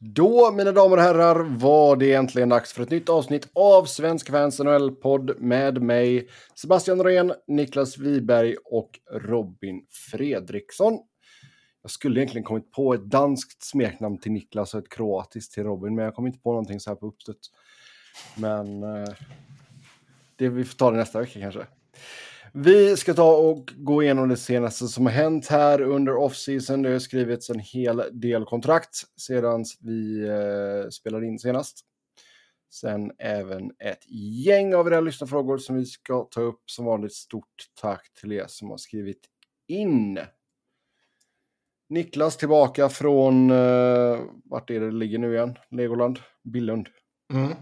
Då, mina damer och herrar, var det äntligen dags för ett nytt avsnitt av Svenska Fans NHL-podd med mig, Sebastian Norén, Niklas Wiberg och Robin Fredriksson. Jag skulle egentligen kommit på ett danskt smeknamn till Niklas och ett kroatiskt till Robin, men jag kom inte på någonting så här på uppstuds. Men det vi får ta det nästa vecka kanske. Vi ska ta och gå igenom det senaste som har hänt här under off-season. Det har skrivits en hel del kontrakt sedan vi spelade in senast. Sen även ett gäng av era lyssnarfrågor som vi ska ta upp. Som vanligt stort tack till er som har skrivit in. Niklas tillbaka från, vart är det ligger nu igen? Legoland? Billund. Mm.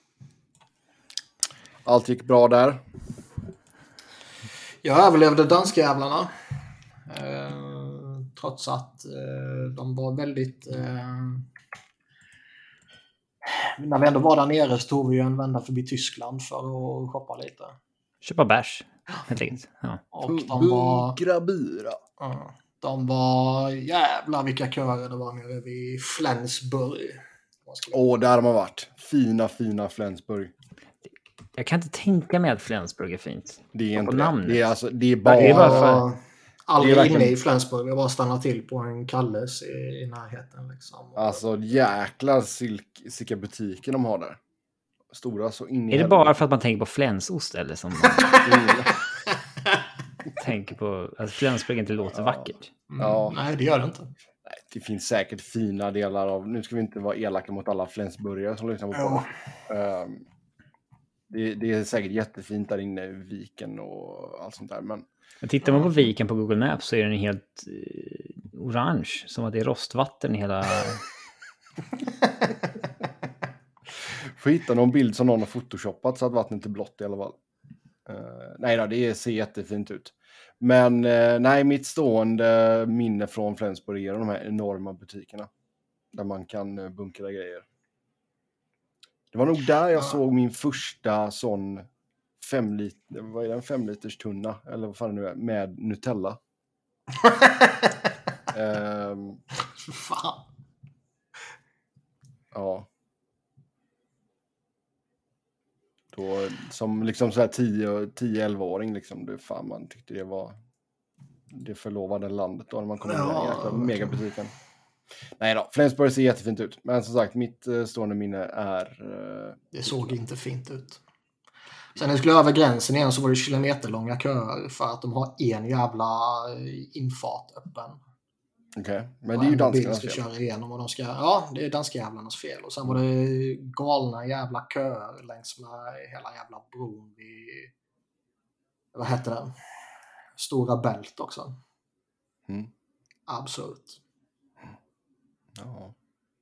Allt gick bra där. Jag överlevde danskjävlarna. Trots att de var väldigt... när vi ändå var där nere så tog vi ju en vända förbi Tyskland för att shoppa lite. Köpa bärs, helt enkelt. Ja. Och de var... Grabira. De var... Jävlar vilka körer det var nere vid Flensburg. Där har man varit. Fina Flensburg. Jag kan inte tänka mig att Flensburg är fint. Det är inte namnet. det. Det är bara... Det är bara aldrig verkligen... inne i Flensburg. Jag bara stannade till på en Kalles i närheten. Liksom. Alltså jäklar vilka butiker de har där. Stora så in i Är det bara för att man tänker på flänsost eller som man tänker på att Flensburg inte låter vackert? Ja. Nej, det gör det inte. Nej, det finns säkert fina delar av... Nu ska vi inte vara elaka mot alla flensburgare som lyssnar på det är säkert jättefint där inne i viken och allt sånt där. Men tittar man på viken på Google Maps så är den helt orange. Som att det är rostvatten i hela... får hitta någon bild som någon har photoshoppat så att vattnet är blått i alla fall. Nej då, det ser jättefint ut. Men nej, mitt stående minne från Flensburg är de här enorma butikerna. Där man kan bunkra grejer. Det var nog där jag såg min första sån 5 liters tunna eller vad fan det nu är med Nutella. Fan. Ja. Då som liksom så här 10-11-åring liksom, det fan man tyckte det var det förlovade landet då när man kom in i den jäkla megabutiken. Nej då, Flensburg ser jättefint ut. Men som sagt, mitt stående minne är... det såg inte fint ut. Sen när jag skulle över gränsen igen så var det kilometerlånga köer för att de har en jävla infart öppen. Okej, men det är ju danskarnas fel. Köra igenom och det är danskjävlarnas fel. Och sen var det galna jävla köer längs med hela jävla bron vid... Vad hette den? Stora Bält också. Mm. Absurt. Ja.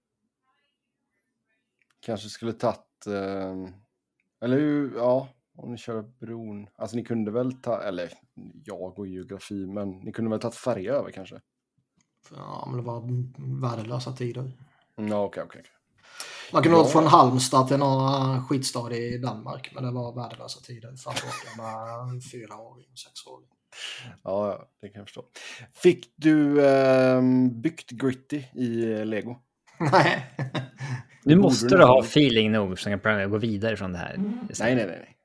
Kanske skulle tagit... eller hur, ja, om ni kör bron. Alltså ni kunde väl ta... Eller jag och geografi, men ni kunde väl tagit färja över kanske? Ja, men det var värdelösa tider. Ja, okej. Man kunde åka från Halmstad till några skitstad i Danmark, men det var värdelösa tider för att åka med 4-åring och 6-åring. Ja, det kan jag förstå. Fick du byggt Gritty i Lego? Nej. Nu måste du ha feeling nog så att kan gå vidare från det här. Nej.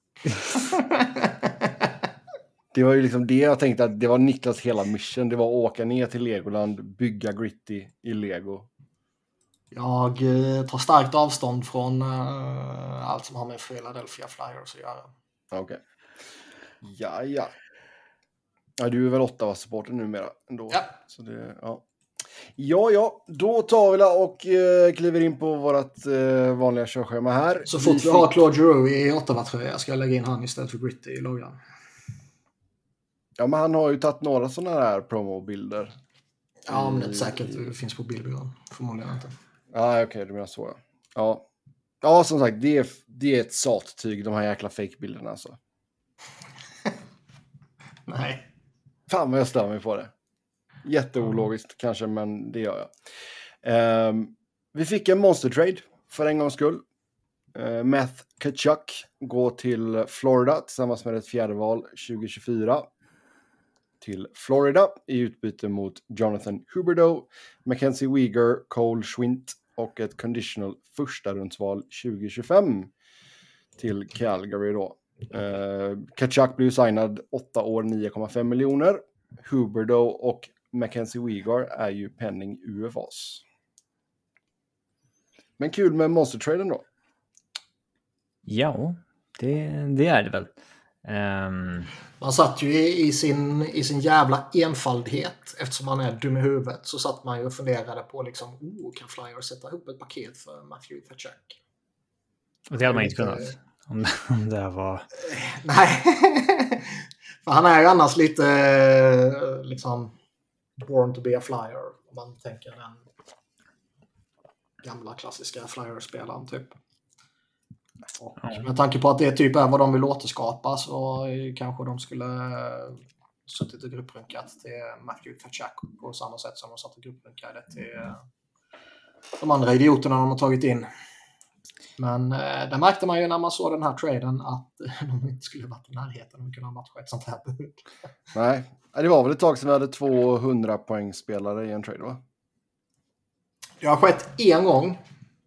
Det var ju liksom det jag tänkte att det var Niklas hela mission. Det var att åka ner till Legoland, bygga Gritty i Lego. Jag tar starkt avstånd från allt som har med Philadelphia Flyers att göra. Okej. Ja. Ja, du är väl Ottawa-supporter numera ändå. Ja. Så det, ja. Då tar vi och kliver in på vårt vanliga körschema här. Så fort vi har Claude Giroux i Ottawa-tröja ska jag lägga in han istället för Gritty i loggan. Ja, men han har ju tagit några sådana här promobilder. Ja, men det är säkert det finns på bildbyrån. Förmodligen inte. Ja, okej, du menar så. Ja, som sagt, det är ett sattyg, de här jäkla fake-bilderna alltså. Nej. Fan vad jag stör mig på det. Jätteologiskt kanske, men det gör jag. Vi fick en monster trade för en gångs skull. Matt Tkachuk går till Florida tillsammans med ett fjärde val 2024. Till Florida i utbyte mot Jonathan Huberdeau, Mackenzie Weegar, Cole Schwint och ett conditional första rundsval 2025 till Calgary då. Tkachuk blir signad 8 år 9,5 miljoner. Huberdeau och Mackenzie Weegar är ju penning UFAs. Men kul med monster-traden då. Ja, det är det väl. Man satt ju i sin jävla enfaldighet, eftersom man är dum i huvudet, så satt man ju och funderade på liksom, kan Flyers sätta ihop ett paket för Matthew Tkachuk? Och det hade man inte kunnat. Om det här var... Nej, för han är ju annars lite liksom born to be a flyer, om man tänker den gamla klassiska Flyers-spelaren typ. Och med tanke på att det typ är vad de vill återskapa, så kanske de skulle suttit och grupprunkat till Matthew Tkachuk på samma sätt som de satt och grupprunkade till de andra idioterna de har tagit in. Men där märkte man ju när man såg den här traden att de inte skulle varit i närheten om de kunde ha matchat ett sånt här bud. Nej, det var väl ett tag sedan vi hade 200 poängspelare i en trade, va? Det har skett en gång.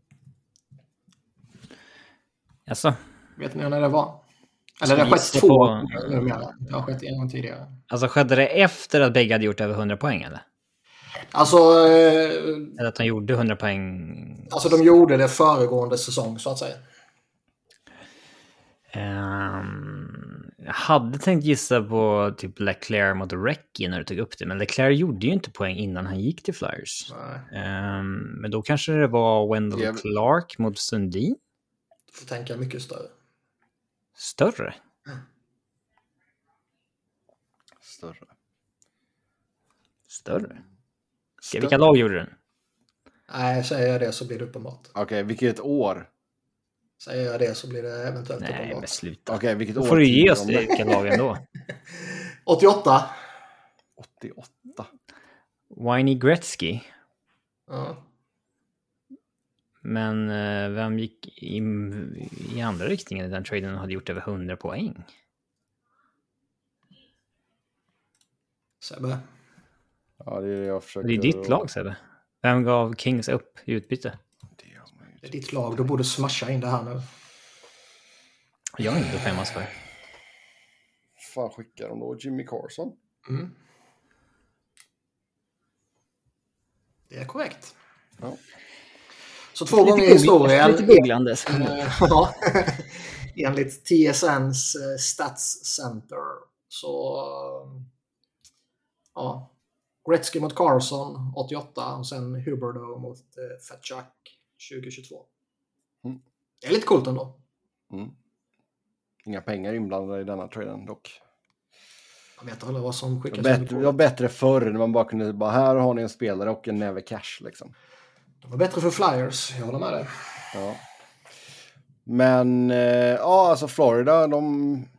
Alltså. Vet ni när det var? Eller det har skett två numera. Det har skett en gång tidigare. Alltså skedde det efter att bägge hade gjort över 100 poäng, eller? Alltså... Eller att de gjorde 100 poäng... Alltså de gjorde det föregående säsong, så att säga. Jag hade tänkt gissa på typ Leclerc mot Recchi när du tog upp det. Men Leclerc gjorde ju inte poäng innan han gick till Flyers. Men då kanske det var Wendell Clark mot Sundin. Du får tänka mycket större. Större? Större? Vilka lag gjorde den? Nej, säger jag det så blir det uppenbart. Okej, vilket år? Säger jag det så blir det eventuellt uppenbart. Nej, men sluta. Okej, vilket då år? Får du ge oss vilka lag ändå? 88. 88. Wayne Gretzky. Ja. Men vem gick i andra riktningen i den traden och hade gjort över 100 poäng? Sebbe. Ja, det är det jag försöker... Det är ditt lag, Sebbe. Vem gav Kings upp i utbyte? Det är ditt lag, du borde smasha in det här nu. Jag är inte att skämmas för. Fan, skickar de då Jimmy Carson? Mm. Det är korrekt. Ja. Så 2 gånger i historien. Lite googlandes. Ja. Enligt TSNs Stats Center så ja, Gretzky mot Carson 88 och sen Huberdeau mot Tkachuk 2022. Mm. Det är lite coolt ändå. Mm. Inga pengar inblandade i denna traden dock. Jag vet inte vad som skickas. Det var bättre förr när man bara kunde bara, här har ni en spelare och en näve cash liksom. Det var bättre för Flyers, jag håller med dig. Ja. Men ja, alltså Florida, de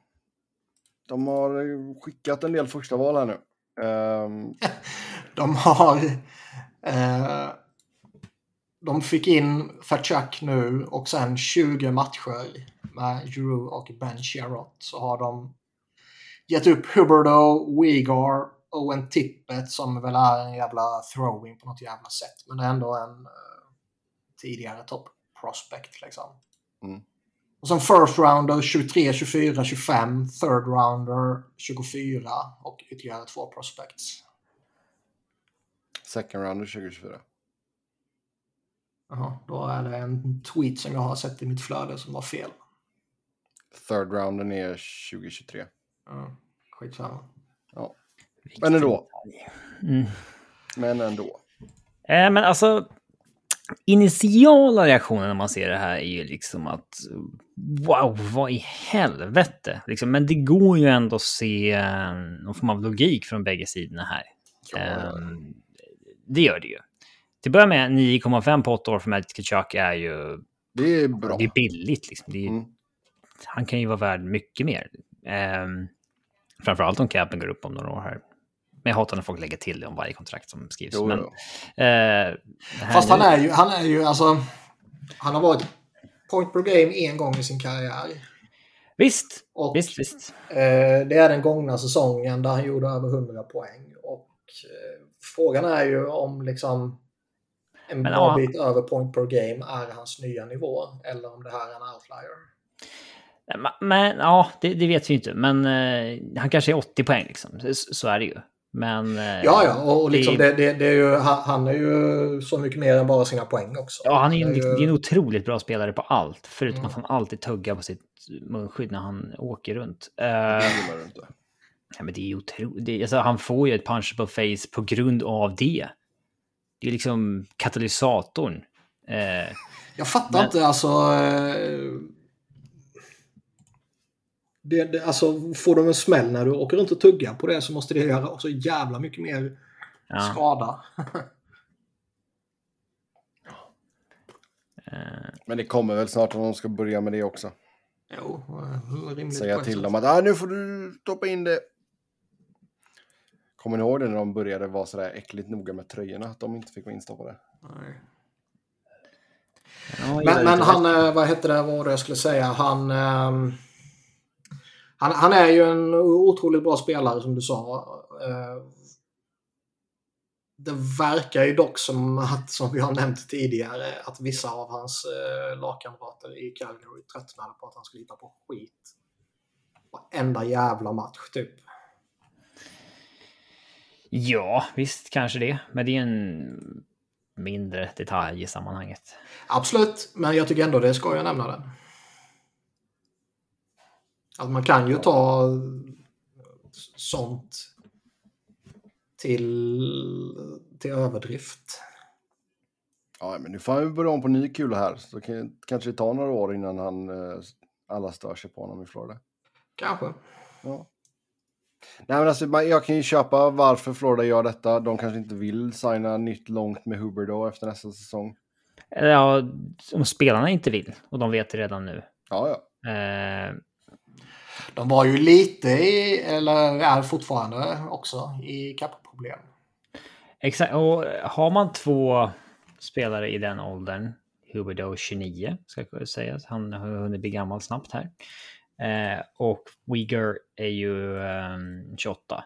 har skickat en del första val här nu. De har de fick in Tkachuk nu och sen 20 matcher med Giroux och Ben Sherratt så har de gett upp Huberdeau, Weegar, Owen Tippett som väl är en jävla throwing på något jävla sätt, men det är ändå en tidigare top prospect liksom. Mm. Och sen first rounder 23, 24, 25, third rounder 24 och ytterligare 2 prospects. Second rounder 2024. Jaha, då är det en tweet som jag har sett i mitt flöde som var fel. Third rounden är 2023. Ja, skitsamma. Ja. Men ändå. Mm. Men ändå. Men alltså, initiala reaktionen när man ser det här är ju liksom att wow, vad i helvete. Liksom, men det går ju ändå att se någon form av logik från bägge sidorna här. Ja. Det gör det ju. Till att börja med, 9,5 på 8 år för Matthew Tkachuk är ju... Det är bra. Det är billigt liksom. Det är, han kan ju vara värd mycket mer. Framförallt om capen går upp om några år här. Men jag hatar när folk lägger till det om varje kontrakt som skrivs. Jo, men, fast han är ju alltså... Han har varit point per game en gång i sin karriär. Visst, och, visst. Det är den gångna säsongen där han gjorde över 100 poäng. Och frågan är ju om liksom... en bra bit över point per game är hans nya nivå, eller om det här är en outlier. Men ja, det vet vi inte. Men han kanske är 80 poäng liksom. Så är det ju. Men... ja, och liksom det är ju, han är ju så mycket mer än bara sina poäng också. Ja, han är ju en otroligt bra spelare på allt. Förutom att han alltid tuggar på sitt munskydd när han åker runt. Ja, men det är otroligt. Alltså, han får ju ett punchable face på grund av det. Det är liksom katalysatorn. Jag fattar inte, alltså... alltså får de en smäll när du åker runt och tuggar på det, så måste det göra så jävla mycket mer skada. Men det kommer väl snart om de ska börja med det också. Jo, rimligt. Säga till dem att nu får du stoppa in det. Kommer ni ihåg det när de började vara sådär äckligt noga med tröjorna? Att de inte fick vara instoppade? Nej. Men han, vad heter det, vad jag skulle säga, han är ju en otroligt bra spelare, som du sa. Det verkar ju dock som vi har nämnt tidigare, att vissa av hans lagkamrater i Calgary tröttnade på att han skulle hitta på skit varenda jävla match typ. Ja, visst kanske det. Men det är en mindre detalj i sammanhanget. Absolut, men jag tycker ändå det ska jag nämna den. Att man kan ju ta sånt till överdrift. Ja, men nu får han ju börja om på ny kula här. Så kanske det tar några år innan alla stör sig på honom i Florida. Kanske. Ja. Nej, men alltså, jag kan ju köpa varför Florida gör detta. De kanske inte vill signa nytt långt med Huber då efter nästa säsong. Ja, om spelarna inte vill. Och de vet det redan nu. Ja. De var ju lite eller är fortfarande också i kappproblem. Exakt, och har man två spelare i den åldern, Huberdeau 29 ska jag säga, han har hunnit bli gammal snabbt här, och Uyghur är ju 28.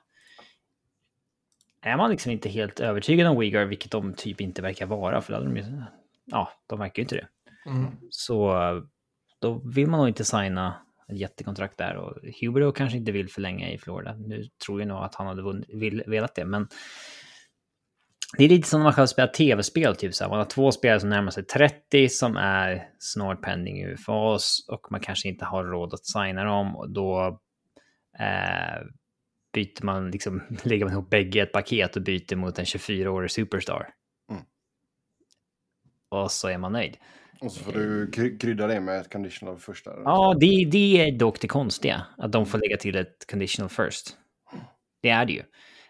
Är man liksom inte helt övertygad om Uyghur, vilket de typ inte verkar vara, för de verkar ju inte det. Så då vill man nog inte signa ett jättekontrakt där, och Huberdeau kanske inte vill förlänga i Florida. Nu tror jag nog att han hade velat det, men det är lite som när man själv spelar tv-spel, typ så här. Man har två spelare som närmar sig 30 som är snart pending UFAs, och man kanske inte har råd att signa dem, och då byter man liksom, lägger man ihop bägge ett paket och byter mot en 24-årig superstar. Och så är man nöjd. Och så får du krydda det med ett conditional first. Ja, det är dock det konstiga. Att de får lägga till ett conditional first. Det är det ju.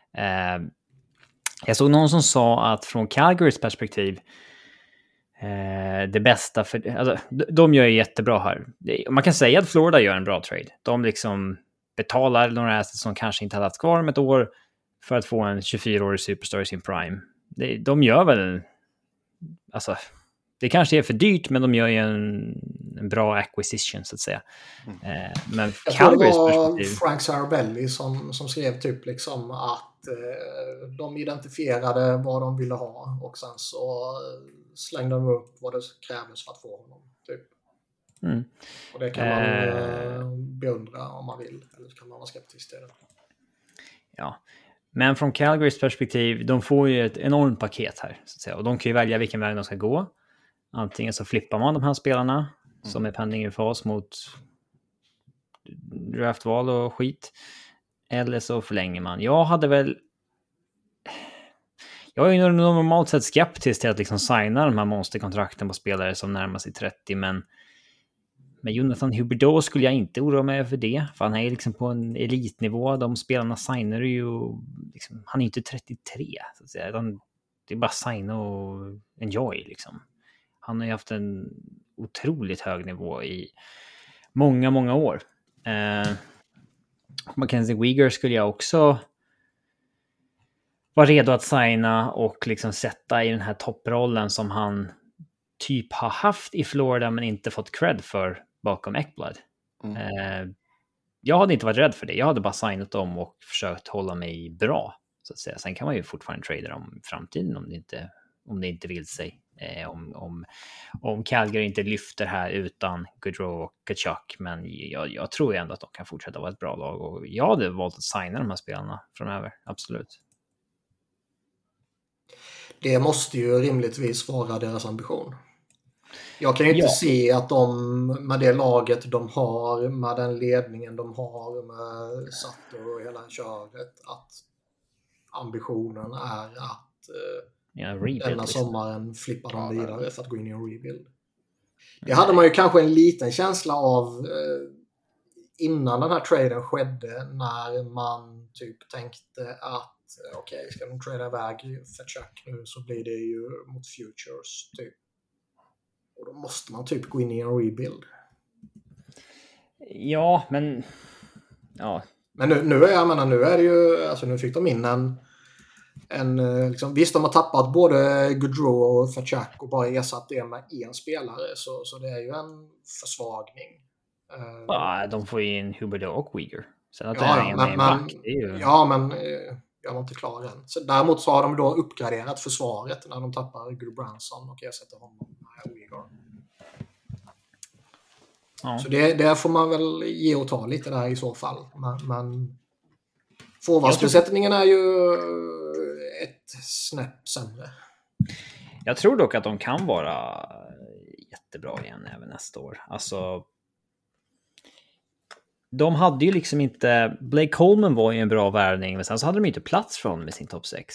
Jag såg någon som sa att från Calgarys perspektiv, det bästa för... Alltså, de gör ju jättebra här. Man kan säga att Florida gör en bra trade. De liksom betalar några assets som kanske inte hade haft kvar om ett år för att få en 24-årig superstar i sin prime. De gör väl... Alltså... Det kanske är för dyrt, men de gör ju en bra acquisition, så att säga. Men jag tror det var Frank Sarabelli som skrev typ liksom att de identifierade vad de ville ha, och sen så slängde de upp vad det krävdes för att få honom. Typ. Och det kan man beundra om man vill, eller så kan man vara skeptisk till det. Ja. Men från Calgarys perspektiv, de får ju ett enormt paket här, så att säga. Och de kan ju välja vilken väg de ska gå. Antingen så flippar man de här spelarna som är pending i fas mot draftval och skit. Eller så förlänger man. Jag är ju normalt sett skeptisk till att liksom signa de här monsterkontrakten på spelare som närmar sig 30. Men med Jonathan Huberdeau skulle jag inte oroa mig för det. För han är liksom på en elitnivå. De spelarna signar ju... Liksom, han är inte 33, så att säga. Det är bara signa och enjoy liksom. Han har ju haft en otroligt hög nivå i många, många år. Mackenzie Weegar skulle jag också vara redo att signa och liksom sätta i den här topprollen som han typ har haft i Florida men inte fått cred för bakom Ekblad. Jag hade inte varit rädd för det. Jag hade bara signat dem och försökt hålla mig bra, så att säga. Sen kan man ju fortfarande trada dem i framtiden om det inte vill sig Om Calgary inte lyfter här utan Gaudreau och Tkachuk. Men jag tror ändå att de kan fortsätta vara ett bra lag. Och jag hade valt att signa de här spelarna framöver. Absolut. Det måste ju rimligtvis vara deras ambition. Jag kan ju inte se att de med det laget de har, med den ledningen de har, med Sutter och hela köret, att ambitionen är att denna sommaren flippar de vidare för att gå in i en rebuild. Det hade man ju kanske en liten känsla av innan den här traden skedde, när man typ tänkte att okej, ska de trada iväg för Chuck nu så blir det ju mot futures typ. Och då måste man typ gå in i en rebuild. Ja, men... Ja. Men nu är det ju... Alltså nu fick de in en liksom, visst, de har tappat både Gaudreau och Tkachuk och bara ersatt det med en spelare. Så det är ju en försvagning. Ja, de får in Huberdeau och Uyghur. Sen att jag var inte klar än. Så däremot så har de då uppgraderat försvaret när de tappar Goodbranson och ersätter honom med Uyghur. Ja. Så det får man väl ge och ta lite där i så fall. Men forwardsbesättningen är ju ett snäpp sämre. Jag tror dock att de kan vara jättebra igen även nästa år. Alltså, de hade ju liksom inte... Blake Coleman var ju en bra värvning, men sen så hade de inte plats för honom med sin topp 6.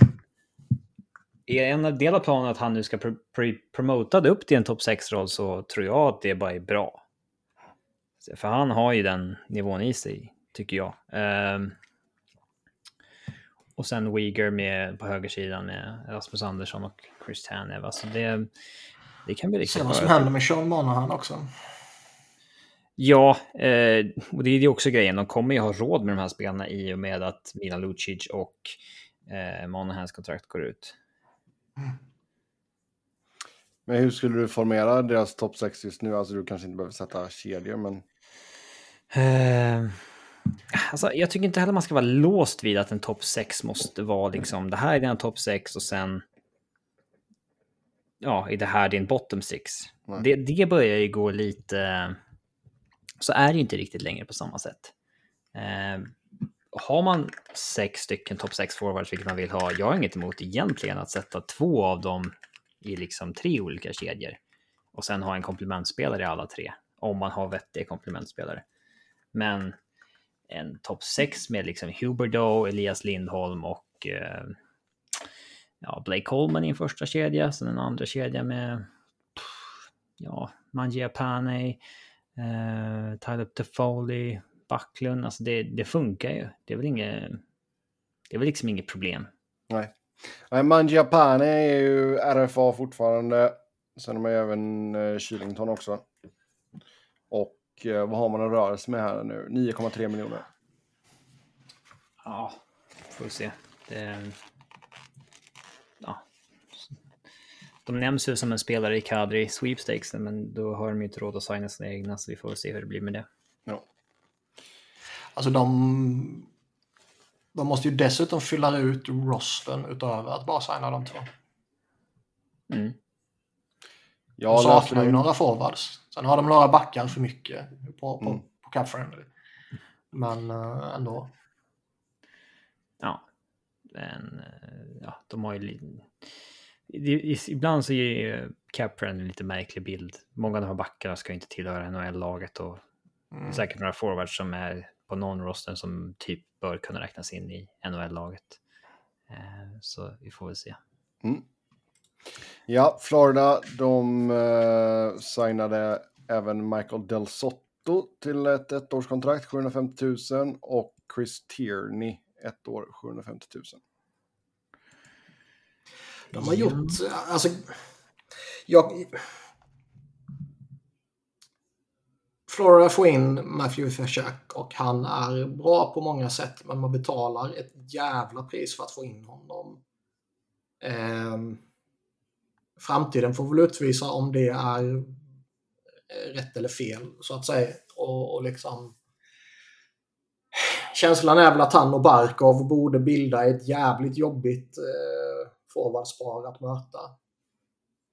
I en del av planen att han nu ska promotad upp till en topp 6-roll, så tror jag att det bara är bra. För han har ju den nivån i sig, tycker jag. Och sen Uyghur med på högersidan med Rasmus Andersson och Chris Tanev. Alltså det kan bli riktigt bra. Se vad som händer med Sean Monahan också. Ja, och det är ju också grejen. De kommer ju ha råd med de här spelarna i och med att Milan Lucic och Monahans kontrakt går ut. Men hur skulle du formera deras topp 6 just nu? Alltså du kanske inte behöver sätta kedjor, men... Alltså, jag tycker inte heller man ska vara låst vid att en topp 6 måste vara liksom, det här är din topp 6 och sen är det här din bottom 6. Det börjar ju gå lite, så är det ju inte riktigt längre på samma sätt. Har man 6 stycken topp 6 forwards, vilket man vill ha, jag har inget emot egentligen att sätta 2 av dem i liksom 3 olika kedjor och sen ha en komplementspelare i alla 3, om man har vettiga komplementspelare. Men en topp 6 med liksom Huberdeau, Elias Lindholm och Blake Coleman i en första kedja, sen en andra kedja med Mangiapane, Tyler Toffoli, Backlund. Alltså det funkar ju. Det är väl liksom inget problem. Nej, Mangiapane är ju RFA fortfarande. Sen har man även Kylington också. Och vad har man en rörelse med här nu? 9,3 miljoner. Ja, får vi se. De nämns ju som en spelare i Kadri sweepstakes, men då har de ju inte råd att signa sina egna, så vi får se hur det blir med det. Ja. Alltså de måste ju dessutom fylla ut rosten utöver att bara signa de 2. Mm. De saknar ju några forwards. Sen har de några backar för mycket på Cap Friendly. Men ändå. Ja. Men de har ju ibland så ger Cap Friendly lite märklig bild. Många av de här backarna ska inte tillhöra NHL-laget och säkert några forwards som är på non-rosten som typ bör kunna räknas in i NHL-laget. Så vi får väl se. Mm. Ja, Florida, de signade även Michael Del Sotto till ett ettårskontrakt, 750 000, och Chris Tierney, 1 år, 750 000. De har gjort, alltså, Florida får in Matthew Tkachuk och han är bra på många sätt, men man betalar ett jävla pris för att få in honom. Framtiden får väl utvisa om det är rätt eller fel, så att säga. Och liksom känslan är väl att han och Barkov borde bilda ett jävligt jobbigt forwardspar att möta.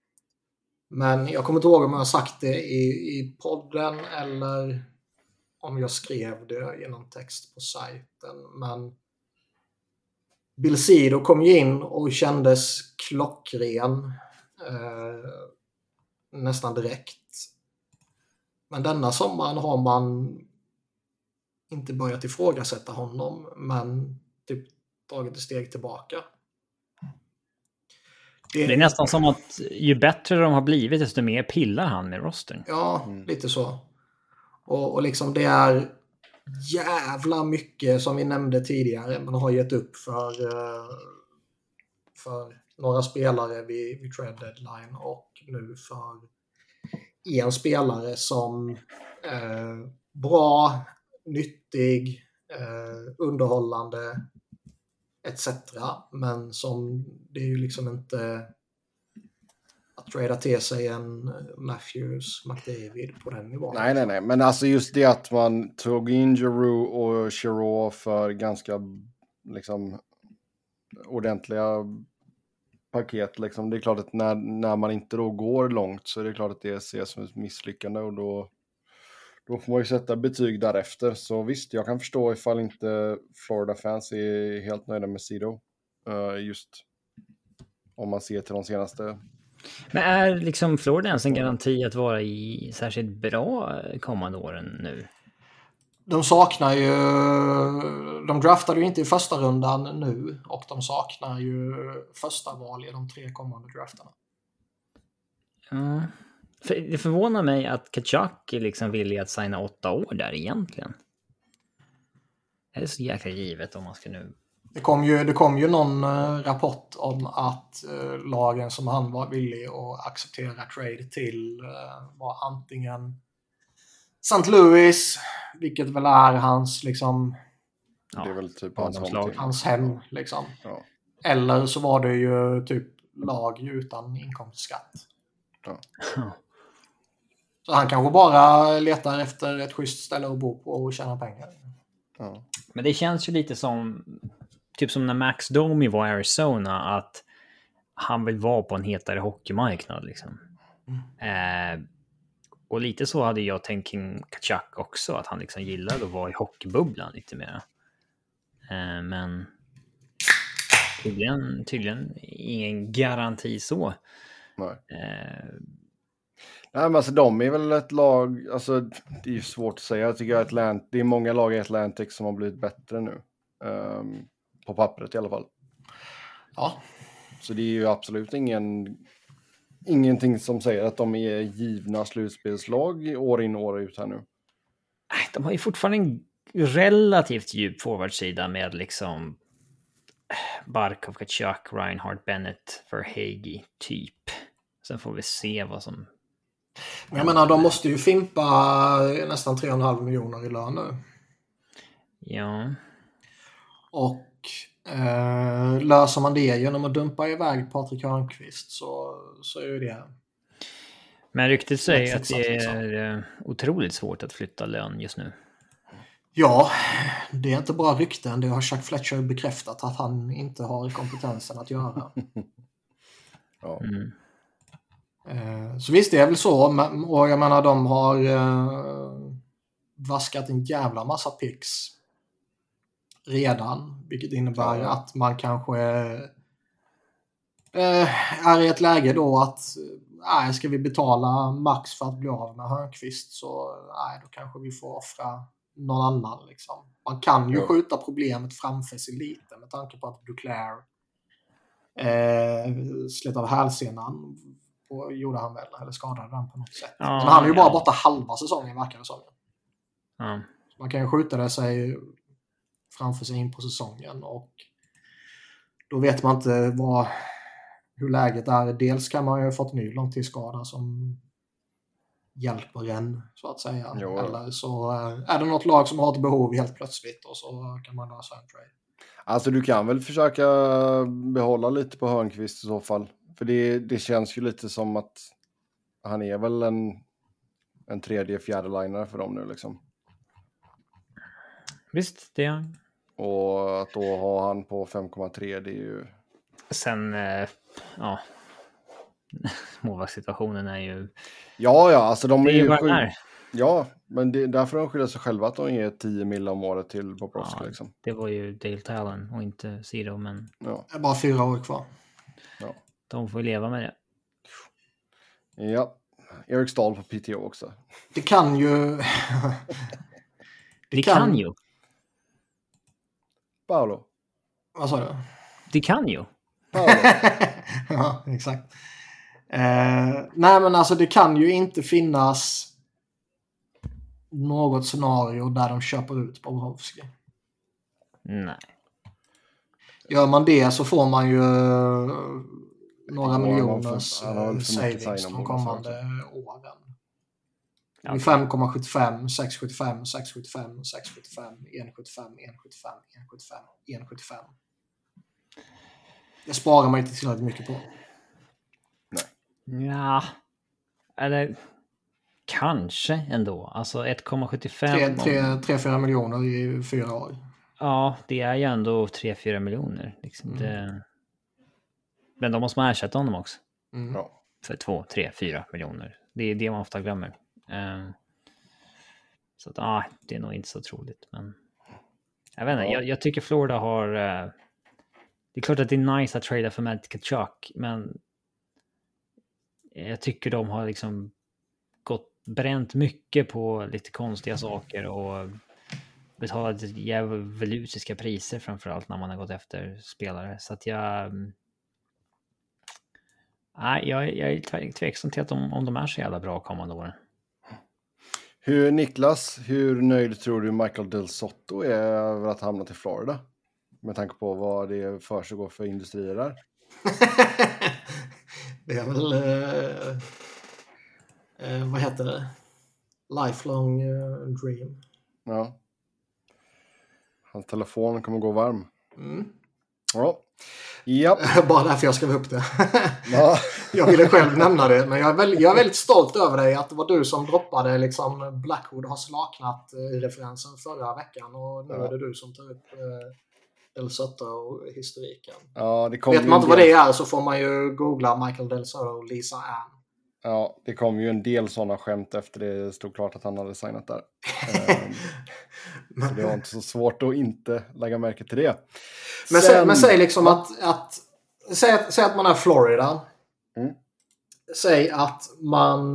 Men jag kommer inte ihåg om jag har sagt det i podden eller om jag skrev det genom text på sajten. Men Bill Cedar kom ju in och kändes klockren nästan direkt. Men denna sommaren har man inte börjat ifrågasätta honom, men typ tagit ett steg tillbaka. Det är nästan som att ju bättre de har blivit, desto mer pillar han med rostern. Ja, lite så. Och liksom det är jävla mycket som vi nämnde tidigare. Man har gett upp för några spelare vid trade deadline och nu för en spelare som bra, nyttig, underhållande etc. Men som det är ju liksom inte att trada till sig en Matthews, McDavid på den nivån. Nej. Men alltså just det att man tog in Giroux och Chiarot för ganska liksom ordentliga paket. Liksom. Det är klart att när man inte då går långt så är det klart att det ses som ett misslyckande och då får man ju sätta betyg därefter. Så visst, jag kan förstå ifall inte Florida-fans är helt nöjda med Cedar. Just om man ser till de senaste. Men är liksom Florida ens en garanti att vara i särskilt bra kommande åren nu? De draftade ju inte i första rundan nu och de saknar ju första val i de 3 kommande draftarna. Ja. Det förvånar mig att Tkachuk är liksom villig att signa 8 år där egentligen. Det är så jäkla givet om man ska nu... Det kom ju någon rapport om att lagen som han var villig att acceptera trade till var antingen St. Louis, vilket väl är hans liksom... Ja, det är väl typ hans hem liksom. Ja. Eller så var det ju typ lag utan inkomstskatt. Ja. Så han kanske bara letar efter ett schysst ställe att bo på och tjäna pengar. Ja. Men det känns ju lite som typ som när Max Domi var i Arizona, att han vill vara på en hetare hockeymarknad liksom. Och lite så hade jag tänkt kring Tkachuk också, att han liksom gillade att vara i hockeybubblan lite mer. Men tydligen ingen garanti så. Nej. Nej, men alltså de är väl ett lag, alltså det är ju svårt att säga. Jag tycker det är många lag i Atlantic som har blivit bättre nu. På pappret i alla fall. Ja. Så det är ju absolut ingenting som säger att de är givna slutspelslag år in och år ut här nu. De har ju fortfarande en relativt djup forwardsida med liksom Barkov, Tkachuk, Reinhardt, Bennett, Verhaeghe typ. Sen får vi se vad som... Men jag menar, de måste ju fimpa nästan 3,5 miljoner i lön nu. Ja. Och löser man det genom att dumpa iväg Patrik Hörnqvist så är ju det... Men ryktet säger att det är otroligt svårt att flytta lön just nu. Ja, det är inte bara rykten. Det har Chuck Fletcher bekräftat att han inte har kompetensen att göra. Ja. Så visst, det är väl så. Och jag menar, de har vaskat en jävla massa picks redan. Vilket innebär att man kanske är i ett läge då att ska vi betala max för att bli av med Hörnqvist, så då kanske vi får offra någon annan. Liksom. Man kan ju skjuta problemet framför sig lite med tanke på att Duclair slet av hälsenan och gjorde han väl, eller skadade den på något sätt. Men han är ju bara borta halva säsongen, verkar det som. Man kan ju skjuta det sig framför sig in på säsongen och då vet man inte hur läget är. Dels kan man ju ha fått ny långtidsskada som hjälper en, så att säga. Jo. Eller så är det något lag som har ett behov helt plötsligt och så kan man lösa en trade. Alltså du kan väl försöka behålla lite på Hörnqvist i så fall. För det känns ju lite som att han är väl en tredje, fjärde linare för dem nu liksom. Visst, det är han. Och att då ha han på 5,3, det är ju... Sen, målvaktssituationen är ju... Ja, alltså de Det är är ju ju vad den är. Ja, men därför de skyller sig själva att de ger 10 mil om året till Bobrovsky. Liksom. Det var ju Dale Talon och inte Zero, men... Ja. Det är bara 4 år kvar. Ja. De får leva med det. Ja. Erik Stahl på PTO också. Det kan ju... Det kan ju. Paolo. Vad sa du? Det kan ju. Paolo. Ja, exakt. Nej, men alltså det kan ju inte finnas något scenario där de köper ut Bobrovsky. Nej. Gör man det så får man ju några Ja, miljoners han har väl för mycket savings de sign-on kommande också. åren. Ja, 5,75, 6,75, 6,75, 6,75, 1,75, 1,75, 1,75, 1,75. Det sparar man inte tillräckligt mycket på. Ja. Eller kanske ändå. Alltså 1,75. 3-4 miljoner i 4 år. Ja, det är ju ändå 3-4 miljoner. Liksom. Men då måste man ersätta honom också. Mm. Ja. För 2, 3, 4 miljoner. Det är det man ofta glömmer. Så att, det är nog inte så troligt. Men jag vet inte, jag tycker Florida har... det är klart att det är nice att trada för Matt Tkachuk, men jag tycker de har liksom bränt mycket på lite konstiga saker och betalat djävulska priser framförallt när man har gått efter spelare. Så att jag är tveksam till att om de är så jävla bra kommande åren. Niklas, hur nöjd tror du Michael Del Sotto är över att hamna till Florida? Med tanke på vad det för sig går för industrier där. Det är väl... vad heter det? Lifelong dream. Ja. Hans telefon kommer gå varm. Mm. Ja. Ja. Bara därför jag skrev upp det. Ja. Jag ville själv nämna det, men jag är väldigt stolt över dig att det var du som droppade liksom Blackwood har slaknat referensen förra veckan och nu är det du som tar upp Del Sotto och historiken. Ja, det vet man inte vad det är så får man ju googla Michael Del Sotto och Lisa Ann. Ja, det kom ju en del sådana skämt efter det stod klart att han hade signat där. Så det var inte så svårt att inte lägga märke till det. Men säg liksom att säg att man är Florida. Mm. Säg att man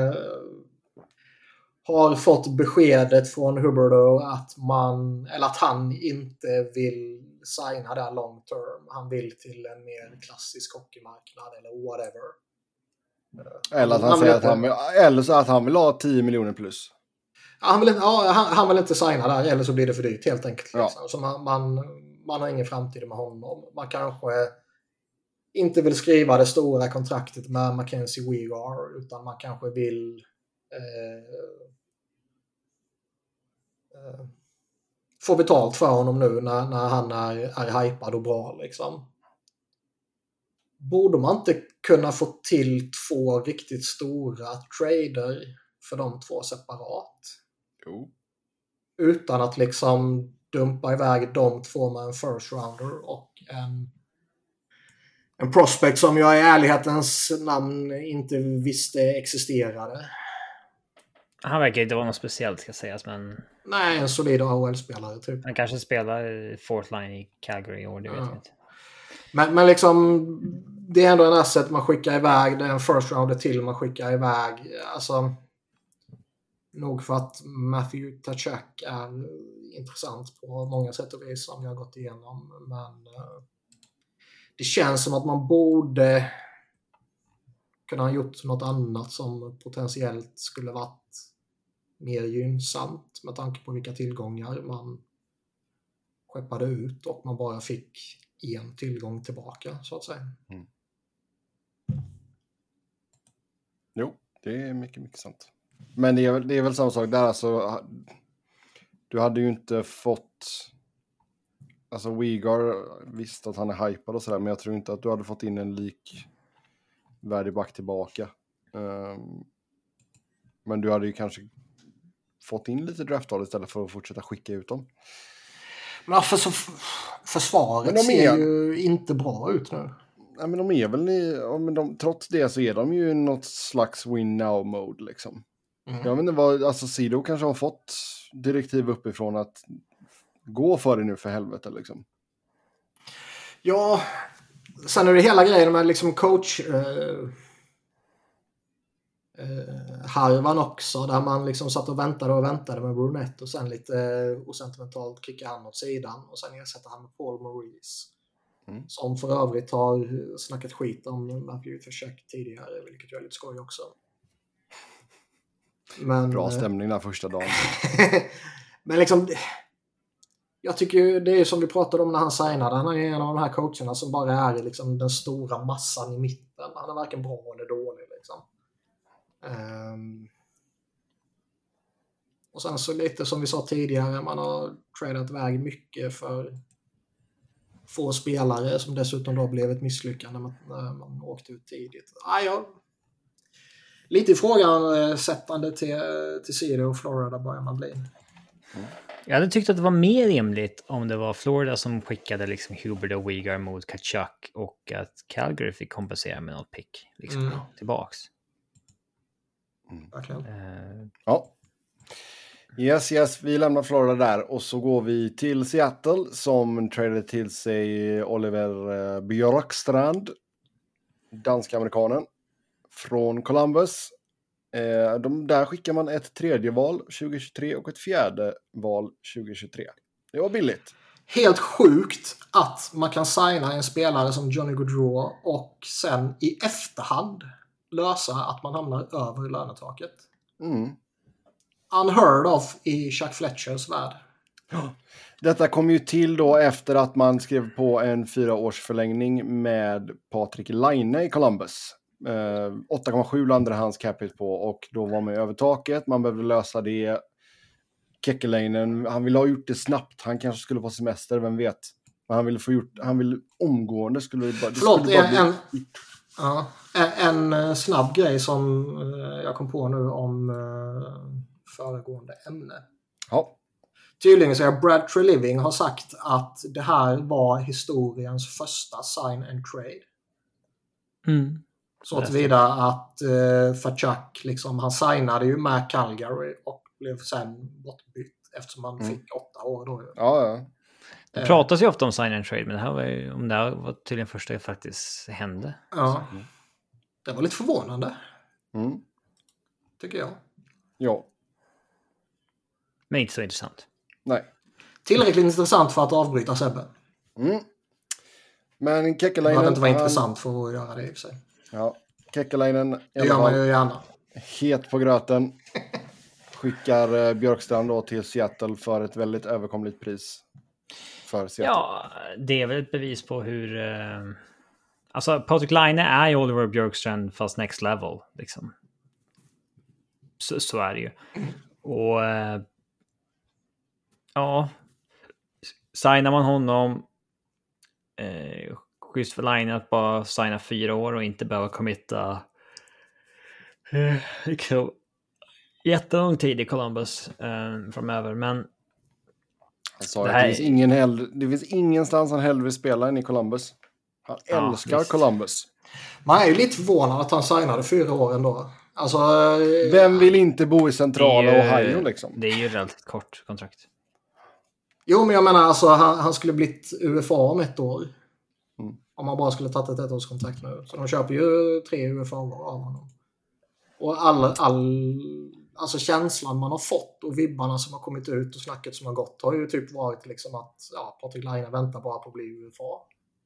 har fått beskedet från Huberdeau att han inte vill signa där long term. Han vill till en mer klassisk hockeymarknad eller whatever. Eller att han säger att han vill ha 10 miljoner plus. Han vill inte signa där, eller så blir det för dyrt helt enkelt. Ja. Liksom. Så man har ingen framtid med honom. Man kanske inte vill skriva det stora kontraktet med Mackenzie Weegar, utan man kanske vill få betalt för honom nu när han är hypad och bra. Liksom. Borde man inte kunna få till 2 riktigt stora trader för de 2 separat? Jo. Utan att liksom dumpa iväg de 2 med en first rounder och en prospect som jag i ärlighetens namn inte visste existerade. Han verkar inte vara något speciellt ska sägas, men... Nej, en solid AHL-spelare typ. Han kanske spelar fourth line i Calgary i år, det vet jag inte. Men liksom, det är ändå en asset man skickar iväg. Det är en first rounder till man skickar iväg. Alltså, nog för att Matthew Tkachuk är intressant på många sätt och vis som jag har gått igenom. Men det känns som att man borde kunna ha gjort något annat som potentiellt skulle varit mer gynnsamt med tanke på vilka tillgångar man skeppade ut och man bara fick en tillgång tillbaka så att säga. Mm. Jo, det är mycket, mycket sant. Men det är väl samma sak där. Alltså, du hade ju inte fått... Alltså Weegar visste att han är hypad och sådär, men jag tror inte att du hade fått in en likvärdig back tillbaka. Men du hade ju kanske fått in lite draftval istället för att fortsätta skicka ut dem. Men försvaret ser ju inte bra ut nu. men de är väl trots det så är de ju i något slags win now mode liksom. Jag vet inte vad, alltså Sido kanske har fått direktiv uppifrån att gå för det nu för helvete liksom. Ja, sen är det hela grejen med liksom coach harvan också, där man liksom satt och väntade med Brunette och sen lite osentimentalt kickar han åt sidan och sen ersätter han med Paul Maurice. Som för övrigt har snackat skit om Matthew Tkachuk tidigare, vilket är lite skoj också. Men, bra stämning den första dagen. Men liksom, jag tycker ju, det är som vi pratade om när han signade. Han är en av de här coacherna som bara är liksom den stora massan i mitten. Han är varken bra eller dålig liksom. Och sen så lite som vi sa tidigare, man har tradat iväg mycket för få spelare som dessutom då blev ett misslyckande när man åkte ut tidigt. Lite ifrågasättande till Cedar och Florida börjar man bli. Jag hade tyckt att det var mer rimligt om det var Florida som skickade liksom Hubert och Weegar mot Tkachuk och att Calgary fick kompensera med något pick liksom, tillbaks. Ja. Yes, vi lämnar Florida där och så går vi till Seattle som tradade till sig Oliver Björkstrand, dansk-amerikanen från Columbus. Där skickar man ett tredje val 2023 och ett fjärde val 2023. Det var billigt. Helt sjukt att man kan signa en spelare som Johnny Gaudreau och sen i efterhand lösa att man hamnar över lönetaket. Unheard of i Chuck Fletchers värld. Detta kom ju till då efter att man skrev på en 4-årsförlängning med Patrik Laine i Columbus. 8,7 landade hans capita på och då var man över taket. Man behövde lösa det. Kekkelainen, han ville ha gjort det snabbt. Han kanske skulle på semester, vem vet. Men han ville omgående en snabb grej som jag kom på nu om föregående ämne. Ja. Tydligen så är Brad Treliving har sagt att det här var historiens första sign and trade. Så tillvida att Tkachuk liksom, han signade ju med Calgary och blev sen bortbytt eftersom han fick 8 år då. Ja. Det pratas ju ofta om sign and trade, men det här var tydligen första det faktiskt hände. Ja. Det var lite förvånande. Tycker jag. Ja. Men inte så intressant. Nej. Tillräckligt intressant för att avbryta Sebbe. Men Kekkelainen... Det inte var intressant för att göra det i och för sig. Ja, Kekkelainen... Det gör man ju gärna. Het på gröten. Skickar Björkstrand då till Seattle för ett väldigt överkomligt pris. För Seattle. Ja, det är väl ett bevis på hur... Alltså, Patrik Laine är ju Oliver Björkstrand fast next level, liksom. Så är det ju. Och... ja. Signar man honom... schysst för Laine att bara signa 4 år och inte behöva committa... liksom... jättelång tid i Columbus framöver, men... Alltså, det finns ingenstans han hellre vill spela än i Columbus. Han älskar Columbus. Man är ju lite förvånad att han signade 4 år ändå. Alltså, vem vill inte bo i centrala Ohio liksom? Det är ju relativt kort kontrakt. Jo, men jag menar alltså han skulle blivit UFA om 1 år. Om man bara skulle tagit ett 1-årskontrakt nu. Så de köper ju 3 UFA av honom. Och alltså känslan man har fått och vibbarna som har kommit ut och snacket som har gått har ju typ varit liksom att Patrik Laine väntar bara på att bli UFA.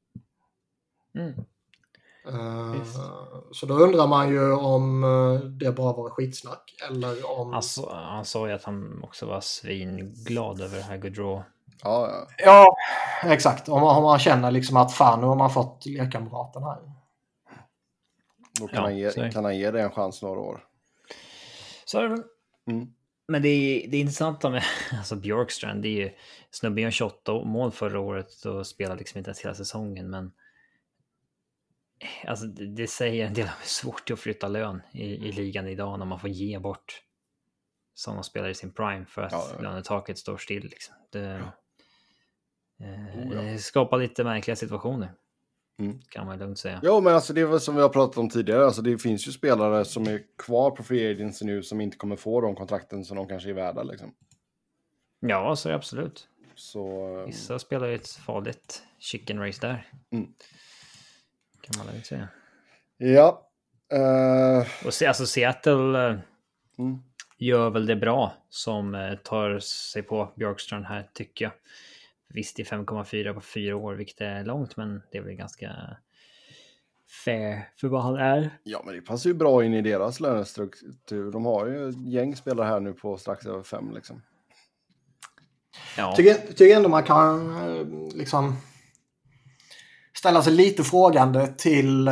Så då undrar man ju om det bara var skitsnack eller om... Alltså, han sa ju att han också var svinglad över det här Gaudreau. Ja, exakt. Om man känner liksom att fan, nu har man fått lekkamraten här. Då kan han ge det en chans några år. Så är det väl. Men det är intressant med alltså Björkstrand. Det är ju snubben gör 28 mål förra året och spelar liksom inte ens hela säsongen. Men alltså, det säger en del av hur svårt det är att flytta lön i ligan idag när man får ge bort sådana spelare i sin prime för att lönetaket står still. Liksom. Det skapar lite märkliga situationer. Kan man lugnt säga. Jo, men alltså det är väl som vi har pratat om tidigare. Alltså det finns ju spelare som är kvar på free agency nu som inte kommer få de kontrakten som de kanske är värda. Liksom. Ja, så är det absolut. Så... Vissa spelar ju ett farligt chicken race där. Kan man lugnt säga. Ja. Och Seattle gör väl det bra som tar sig på Bjorkstrand här, tycker jag. Visst, det är 5,4 på 4 år, vilket är långt, men det är väl ganska fair för vad han är. Ja, men det passar ju bra in i deras lönestruktur. De har ju gäng spelare här nu på strax över 5 liksom. Ja. Tycker ändå man kan liksom ställa sig lite frågande till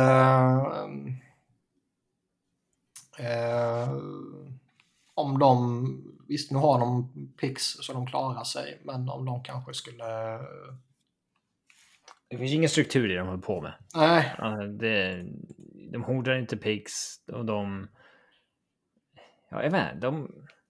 om de, visst nu har de picks så de klarar sig, men om de kanske skulle... Det finns ingen struktur i det de håller på med. Nej. De hodar inte picks och de... Ja, jag vet inte.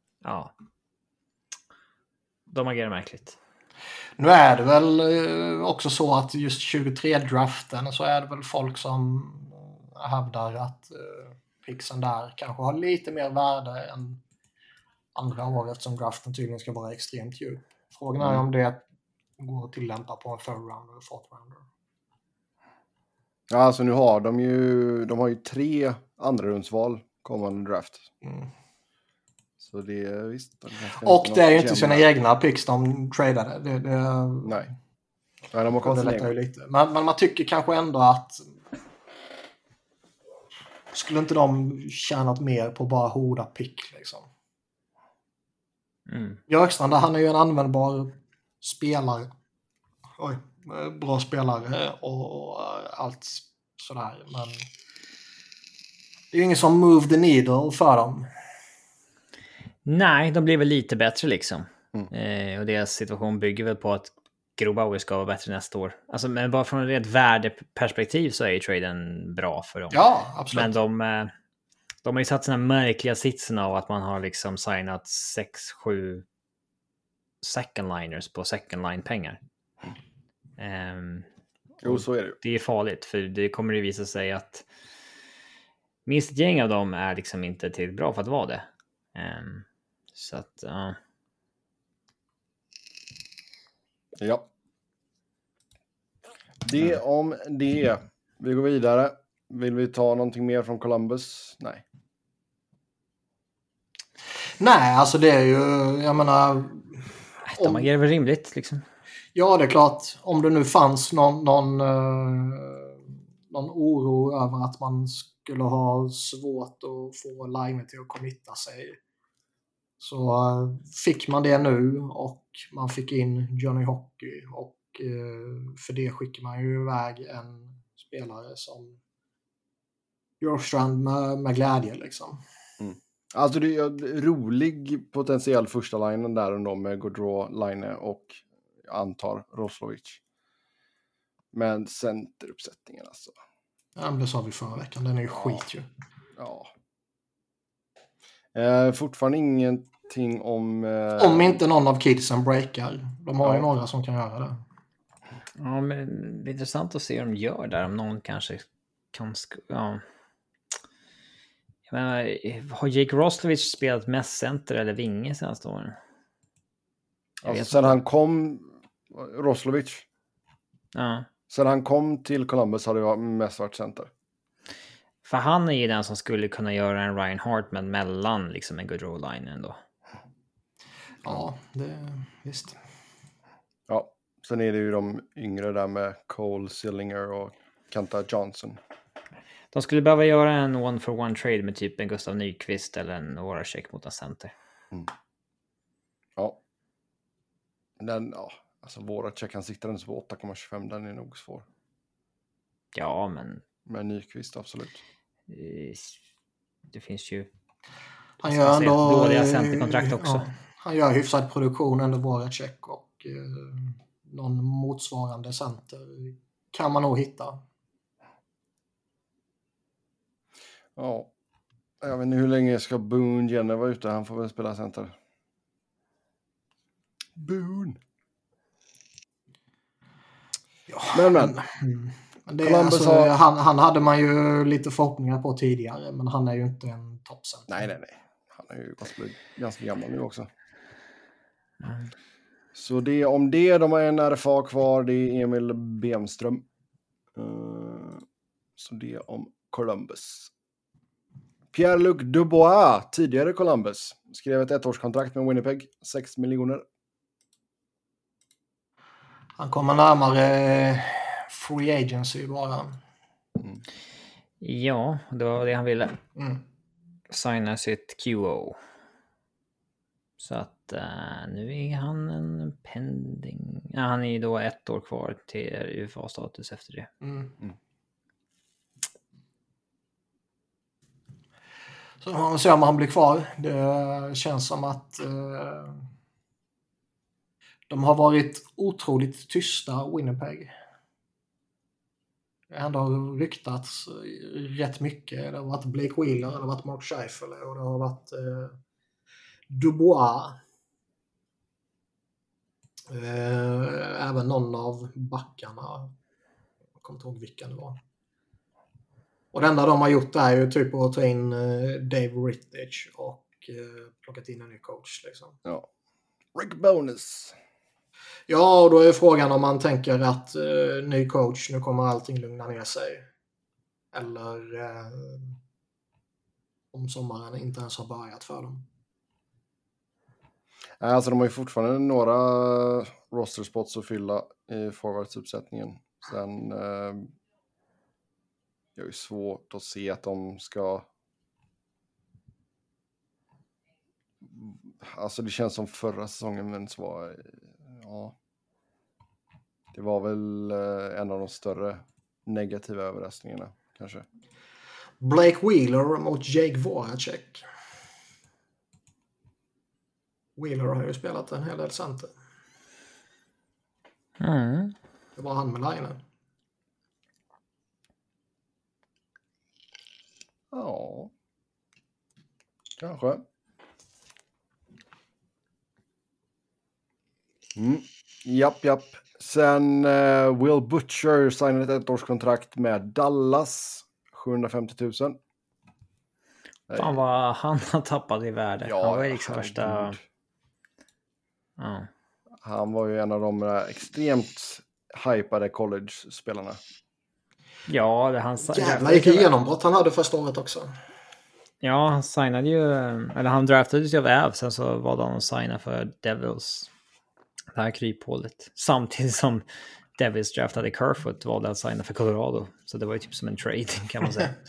De agerar märkligt. Nu är det väl också så att just 23-draften så är det väl folk som hävdar att picksen där kanske har lite mer värde än andra år eftersom draften tydligen ska vara extremt djup. Frågan är om det går att tillämpa på en third rounder och fourth rounder. Ja, alltså nu har de har ju 3 andrarumsval kommande draft. Så det är visst. Och det är ju inte sina egna picks de tradade. Nej. Nej, de har gått ner lite. Men man tycker kanske ändå att skulle inte de tjänat mer på bara hoda pick liksom. Björkstrand, han är ju en användbar spelare. Bra spelare och allt sådär. Men det är ju ingen som move the needle för dem. Nej, de blir väl lite bättre liksom. Och deras situation bygger väl på att Grobauer ska vara bättre nästa år. Alltså, men bara från ett värdeperspektiv så är ju traden bra för dem. Ja, absolut. Men de har ju satt sina märkliga sitsen av att man har liksom signat 6-7 second liners på second line pengar. Jo, så är det. Det är farligt, för det kommer ju visa sig att minst ett gäng av dem är liksom inte tillräckligt bra för att vara det. Så att ja. Det om det. Vi går vidare. Vill vi ta någonting mer från Columbus? Nej. Nej, alltså det är ju, jag menar... De agerar väl rimligt liksom. Ja, det är klart. Om det nu fanns någon oro över att man skulle ha svårt att få Lime till att committa sig. Så fick man det nu och man fick in Johnny Hockey och för det skickar man ju iväg en spelare som Bjorkstrand med glädje liksom. Alltså det är rolig potentiell första linjen där ändå med Gaudreau, Line och jag antar Roslovic. Men centeruppsättningen alltså. Ja, men det sa vi förra veckan. Den är ju skit ju. Ja. Fortfarande ingenting om... Om inte någon av kidsen breakar. De har ju några som kan göra det. Ja, men det är intressant att se hur de gör där. Om någon kanske kan... Ja. Jag menar, har Jake Roslovic spelat mest center eller vinge senaste åren? Alltså, sen han kom... Roslovic. Ja. Sen han kom till Columbus har det mest varit center. För han är ju den som skulle kunna göra en Ryan Hartman mellan liksom en Gaudreau line ändå. Ja, det visst. Ja, sen är det ju de yngre där med Cole Sillinger och Kenta Johnson. De skulle behöva göra en one-for-one trade med typ en Gustav Nyqvist eller en Voracek mot en center. Ja. Alltså Voracek kan sitta den på 8,25, den är nog svår. Ja, men... Med Nyqvist, absolut. Det finns ju... Han gör ändå... dåliga centerkontrakt också. Ja, han gör hyfsad produktion ändå, Voracek, och någon motsvarande center kan man nog hitta. Ja. Jag vet inte hur länge ska Boone Jenner vara ute. Han får väl spela center. Boone. Ja, men. Men det, alltså, han hade man ju lite förhoppningar på tidigare, men han är ju inte en toppcenter. Nej. Han är ju ganska gammal nu också. Så det om det, de har en RFA kvar, det är Emil Bemström. Så det om Columbus. Pierre-Luc Dubois, tidigare Columbus, skrev ett ettårskontrakt med Winnipeg, 6 miljoner. Han kommer närmare free agency bara. Ja, det var det han ville. Signa sitt QO. Så att nu är han en pending. Ja, han är ju då 1 år kvar till UFA-status efter det. Så man ser om han blir kvar. Det känns som att de har varit otroligt tysta, Winnipeg. Det har ändå ryktats rätt mycket. Det har varit Blake Wheeler, det har varit Mark Scheifele och det har varit Dubois. Även någon av backarna. Jag kommer inte ihåg vilka det var. Och det enda de har gjort är ju typ att ta in Dave Rittich och plockat in en ny coach. Liksom. Ja. Rick Bowness. Ja, och då är frågan om man tänker att ny coach, nu kommer allting lugna ner sig. Eller om sommaren inte ens har börjat för dem. Alltså de har ju fortfarande några roster spots att fylla i forwardsuppsättningen. Sen det är ju svårt att se att de ska... Alltså det känns som förra säsongen, men så var... Ja. Det var väl en av de större negativa överraskningarna, kanske. Blake Wheeler mot Jake Voracek. Wheeler har ju spelat en hel del center. Det var han med linen. Ja. Kanske. Japp. Sen Will Butcher signade ett ettårskontrakt med Dallas. 750 000. Fan vad han har tappat i värde. Ja, han var ju liksom första... Ja. Han var ju en av de extremt hypade college-spelarna. Ja, det han... Jävlar, vilket genombrott han hade första året också. Ja, han signade ju... Eller han draftades ju av Avs, sen så valde han att signa för Devils. Det här kryphålet. Samtidigt som Devils draftade Kerfoot valde att signa för Colorado. Så det var ju typ som en trade, kan man säga.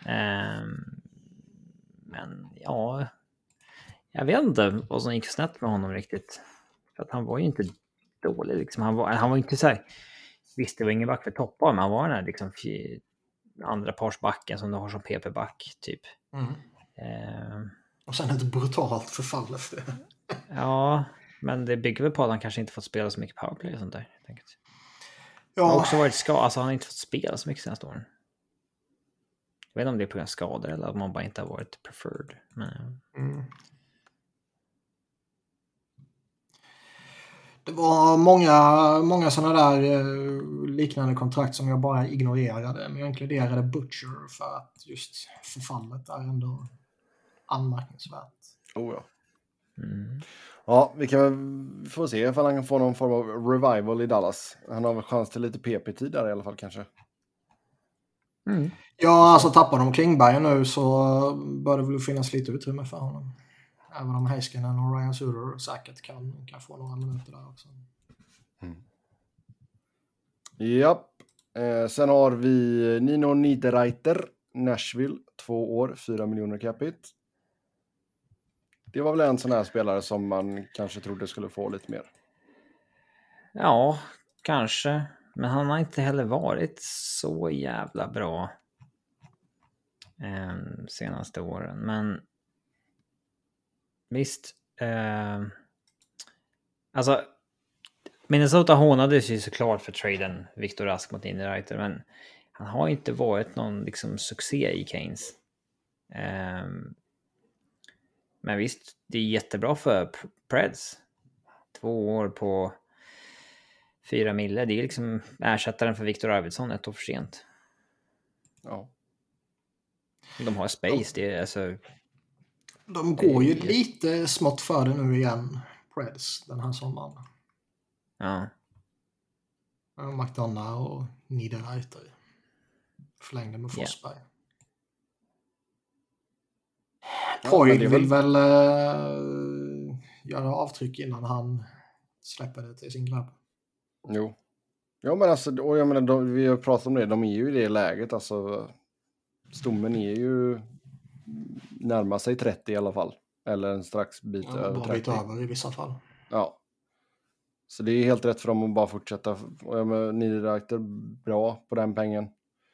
Men ja... Jag vet inte vad som gick snett med honom riktigt. För att han var ju inte dålig. Liksom. Han var inte så här... Visst, det var ingen back för toppar, men han var den här liksom, andra parsbacken som du har som PP-back, typ. Och sen ett brutalt förfall efter det. Ja, men det bygger väl på att han kanske inte fått spela så mycket powerplay och sånt där. Ja. Han har också varit alltså han har inte fått spela så mycket senaste åren. Jag vet inte om det är på grund av skador eller att man bara inte har varit preferred. Men... Det var många sådana där liknande kontrakt som jag bara ignorerade. Men jag inkluderade Butcher för att just förfallet är ändå anmärkningsvärt. Oh ja. Ja, vi får se ifall han kan få någon form av revival i Dallas. Han har väl chans till lite PP-tid där i alla fall kanske. Ja, alltså tappar de Klingberg nu så bör det väl finnas lite utrymme för honom. Även om Heiskanen och Ryan Suter säkert kan få några minuter där också. Japp. Sen har vi Nino Niederreiter, Nashville, 2 år, 4 miljoner capita. Det var väl en sån här spelare som man kanske trodde skulle få lite mer. Ja, kanske. Men han har inte heller varit så jävla bra senaste åren. Men visst. Alltså Minnesota hånades ju såklart för traden Victor Rask mot Niederreiter, men han har inte varit någon liksom succé i Canes. Men visst, det är jättebra för Preds. 2 år på 4 mille, det är liksom ersättaren för Victor Arvidsson 1 år för sent. Ja. De har space, det är alltså... De går ju lite smått för det nu igen, Preds, den här sommaren. Ja. McDonough och Niederreiter förlängde med Forsberg. Poyd vill väl göra avtryck innan han släpper det till sin grabb. Jo. Ja, men alltså, och jag menar, vi har pratat om det, de är ju i det läget, alltså stommen är ju närmar sig 30 i alla fall. Eller en strax bit över 30. Bit över i vissa fall. Ja. Så det är helt rätt för dem att bara fortsätta. Och jag menar, Niederreiter bra på den pengen.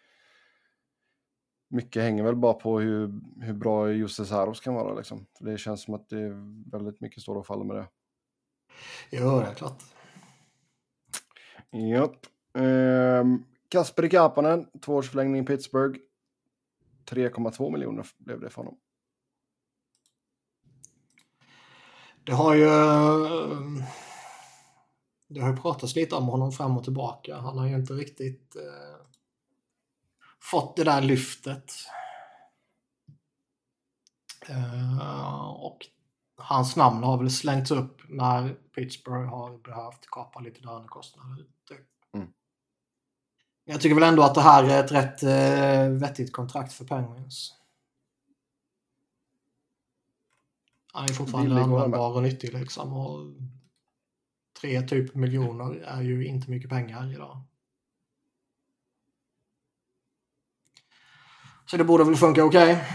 Mycket hänger väl bara på hur bra Jussi Saros kan vara liksom. För det känns som att det är väldigt mycket står och faller med det. Jo, det är klart. Japp. Kasperi Kapanen, 2-årsförlängning i Pittsburgh. 3,2 miljoner blev det för honom. Det har ju pratats lite om honom fram och tillbaka. Han har ju inte riktigt fått det där lyftet. Och hans namn har väl slängts upp när Pittsburgh har behövt kapa lite lönekostnader. Jag tycker väl ändå att det här är ett rätt vettigt kontrakt för Penguins. Han är fortfarande användbar och nyttig liksom. Och 3 miljoner är ju inte mycket pengar idag. Så det borde väl funka okej.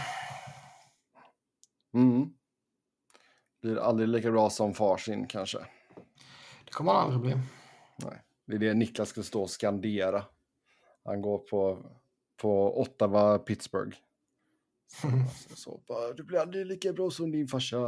Blir aldrig lika bra som farsin kanske. Det kommer han aldrig bli. Nej, det är det Niklas ska stå och skandera. Han går på Ottawa, Pittsburgh. Så bara, du blir aldrig lika bra som din farsa.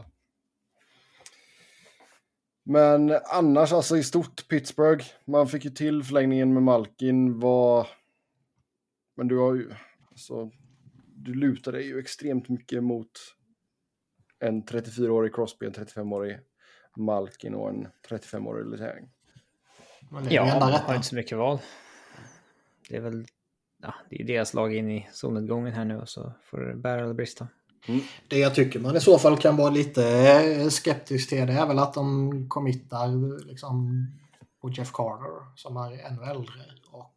Men annars alltså i stort Pittsburgh. Man fick ju till förlängningen med Malkin. Men du har ju... Alltså, du lutar dig ju extremt mycket mot en 34-årig Crosby, en 35-årig Malkin och en 35-årig Letang. Ja, man har inte så mycket val. Det är väl det är deras lag in i solnedgången här nu och så får det bära eller brista. Det jag tycker man i så fall kan vara lite skeptisk till det är väl att de committar liksom på Jeff Carter som är ännu äldre och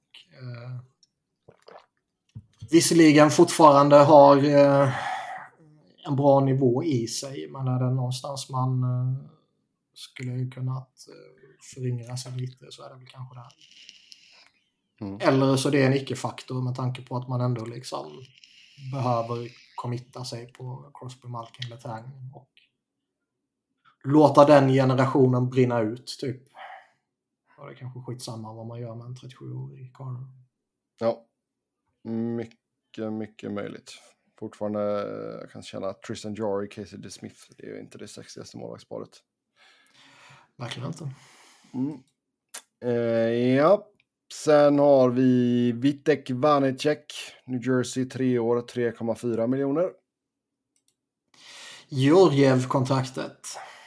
visserligen fortfarande har en bra nivå i sig, men är det någonstans man skulle kunna föryngra sig lite så är det väl kanske det här. Eller så det är en icke-faktor med tanke på att man ändå liksom behöver committa sig på Crosby, Malkin, Letang och låta den generationen brinna ut typ. Och det är kanske skitsamma vad man gör med en 37-årig Carter. Ja, mycket möjligt. Fortfarande jag kan känna att Tristan Jarry, Casey DeSmith, det är ju inte det sexigaste målvaktsparet. Verkligen inte. Ja. Sen har vi Vitek Vanecek, New Jersey, 3 år, 3,4 miljoner. Georgiev-kontraktet.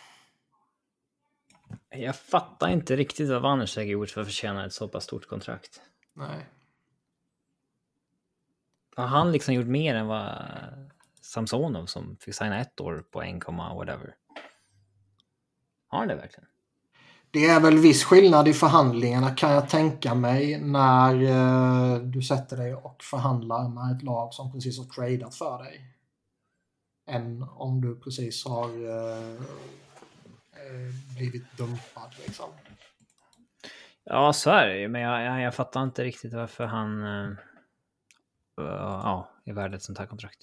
Jag fattar inte riktigt vad Vanecek har gjort för att förtjäna ett så pass stort kontrakt. Nej. Har han liksom gjort mer än vad Samsonov som fick signa 1 år på 1, whatever? Har han det verkligen? Det är väl viss skillnad i förhandlingarna kan jag tänka mig när du sätter dig och förhandlar med ett lag som precis har tradat för dig. Än om du precis har blivit dumpad liksom. Ja, så är det ju. Men jag fattar inte riktigt varför han är värd ett sånt här kontrakt.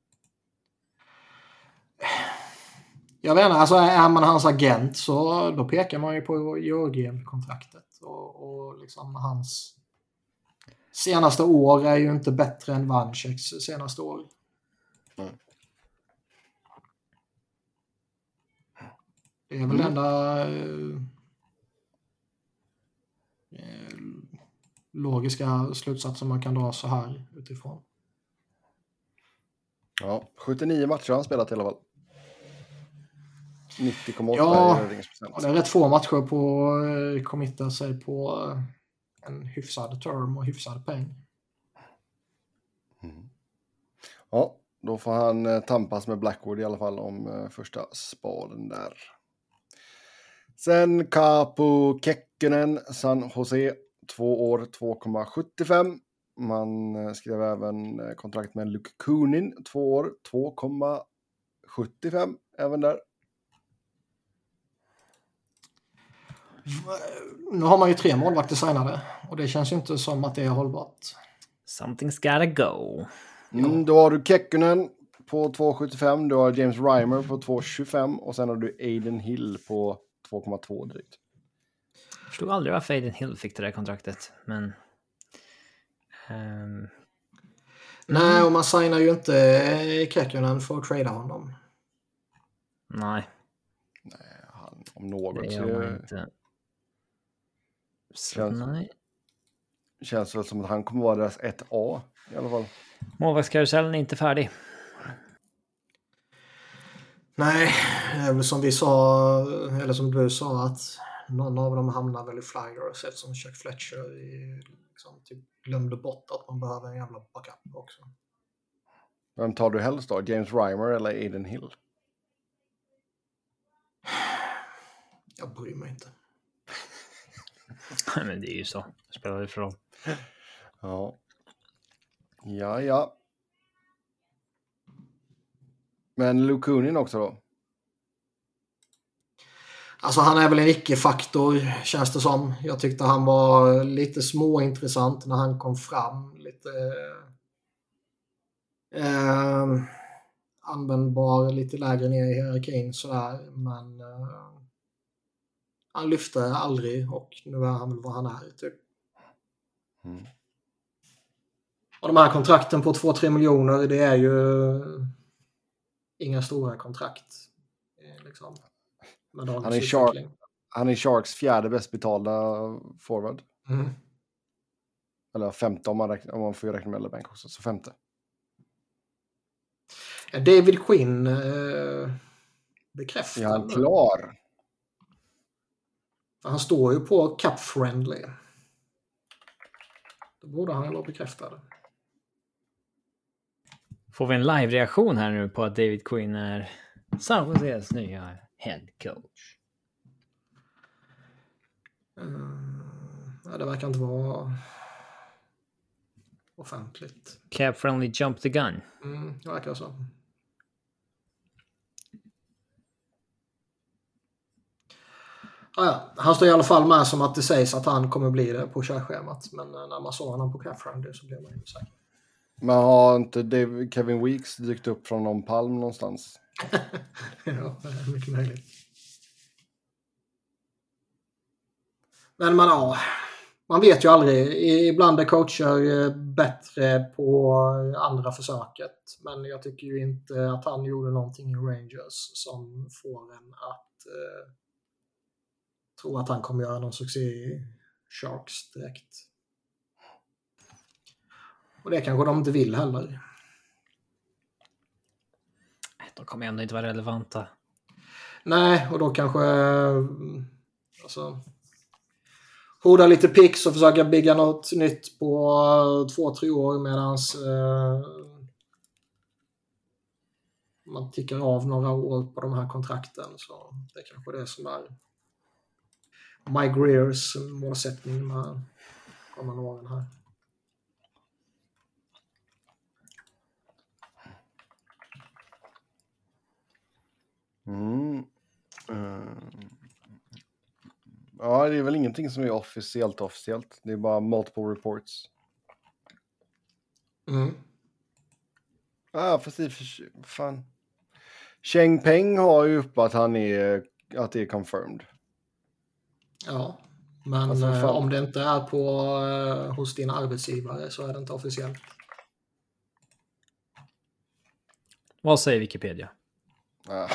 Jag vet inte, alltså är man hans agent så då pekar man ju på Georgiev-kontraktet och liksom hans senaste år är ju inte bättre än Vaneceks senaste år. Det är väl den enda logiska slutsatsen man kan dra så här utifrån. Ja, 79 matcher har han spelat i alla fall. 90,8 Ja, i räddningsprocent. och det är rätt få matcher på att committa sig på en hyfsad term och hyfsad peng. Ja, då får han tampas med Blackwood i alla fall om första spaden där. Sen Kaapo Kekkonen, San Jose, 2 år, 2,75. Man skrev även kontrakt med Luke Kunin, 2 år, 2,75 även där. Nu har man ju 3 målvakter signade och det känns ju inte som att det är hållbart. Something's gotta go. Då har du Kekkonen på 2,75. Du har James Reimer på 2,25. Och sen har du Aiden Hill på 2,2 drygt. Jag förstod aldrig varför Aiden Hill fick det där kontraktet. Men... Nej, och man signar ju inte Kekkonen för att trada honom. Nej. Om något Det så gör man inte. Så, nej. Känns väl som att han kommer vara deras 1A i alla fall. Målvaktskarusellen är inte färdig. Nej, som vi sa, eller som du sa, att någon av dem hamnar väl i Flyers eftersom Chuck Fletcher liksom, typ glömde bort att man behöver en jävla backup också. Vem tar du helst då? James Reimer eller Aiden Hill? Jag bryr mig inte. Men det är ju så. Det spelar det för roll. Ja. Ja. Men Luke Kunin också då? Alltså han är väl en icke-faktor, känns det som. Jag tyckte han var lite småintressant när han kom fram. Lite användbar, lite lägre ner i hierarkin sådär. Men han lyfte aldrig och nu är han väl vad han är typ. Och de här kontrakten på 2-3 miljoner, det är ju inga stora kontrakt. Liksom, med han är Sharks 4:e bäst betalda forward. Eller 5:e om man får räkna med Bank också, så 5:e. David Quinn bekräftar. Är han klar? Han står ju på Cap Friendly. Då borde han vara bekräftad. Får vi en live-reaktion här nu på att David Quinn är San Jose's nya head coach? Det verkar inte vara offentligt. Cap Friendly jump the gun. Det verkar så. Ja, han står i alla fall med som att det sägs att han kommer bli det på körschemat. Men när man såg honom på Cap Friendly så blev man ju säker. Men har inte Kevin Weeks dykt upp från någon palm någonstans? Ja, det är mycket möjligt. Men man vet ju aldrig. Ibland är coacher bättre på andra försöket. Men jag tycker ju inte att han gjorde någonting i Rangers som får en att tro att han kommer göra någon succé i Sharks direkt. Och det kanske de inte vill heller. De kommer ändå inte vara relevanta. Nej, och då kanske hoda lite picks och försöka bygga något nytt på 2-3 år medans man tickar av några år på de här kontrakten. Så det är kanske det som är Mike Greers målsättning med kommande åren här. Ja, det är väl ingenting som är officiellt. Det är bara multiple reports. Fast fan. Cheng Peng har ju upp att det är confirmed. Ja, men alltså, om det inte är på hos din arbetsgivare så är det inte officiellt. Vad säger Wikipedia? Nej,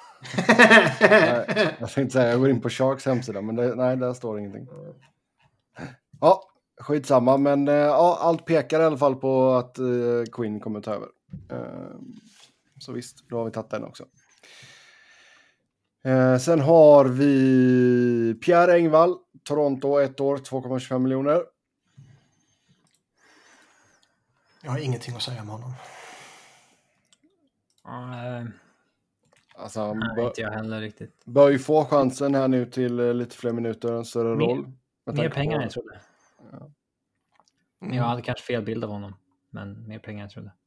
jag tänkte inte säga, jag går in på Sharks hemsida, men där står ingenting. Ja, skitsamma, men allt pekar i alla fall på att Quinn kommer ta över. Så visst, då har vi tagit den också. Sen har vi Pierre Engvall, Toronto, 1 år, 2,25 miljoner. Jag har ingenting att säga om honom. Alltså, Inte jag heller riktigt. bör ju få chansen här nu till lite fler minuter, en större roll. Mer pengar än jag trodde. Ja. Men jag hade kanske fel bild av honom. Men mer pengar än jag trodde.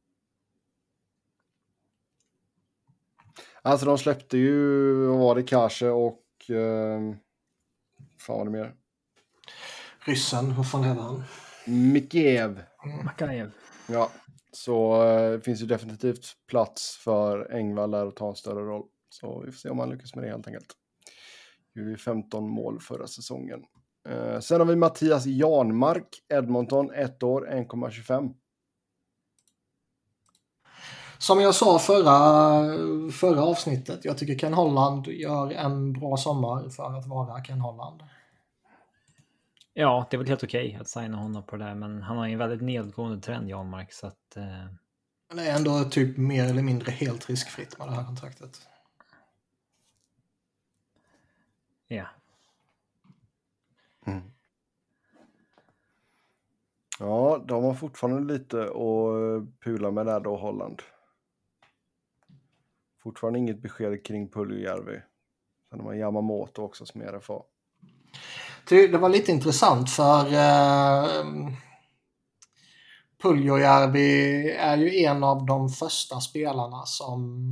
Alltså de släppte ju, vad var det, Kashe och fan var det mer? Ryssen, vad fan heter han? Mikheyev. Makajev. Ja, så finns ju definitivt plats för Engvall där att ta en större roll. Så vi får se om han lyckas med det helt enkelt. Gjorde ju 15 mål förra säsongen. Sen har vi Mattias Janmark, Edmonton, 1 år, 1,25. Som jag sa förra avsnittet, jag tycker Ken Holland gör en bra sommar för att vara Ken Holland. Ja, det är väl helt okej att signa honom på det där, men han har ju en väldigt nedgående trend, Janmark, så att... Det är ändå typ mer eller mindre helt riskfritt med det här kontraktet. Ja. Mm. Ja, de har fortfarande lite att pula med där då, Holland. Fortfarande inget besked kring Puljujärvi. Sen har man Yamamoto också som är RFA. Det var lite intressant för Puljujärvi är ju en av de första spelarna som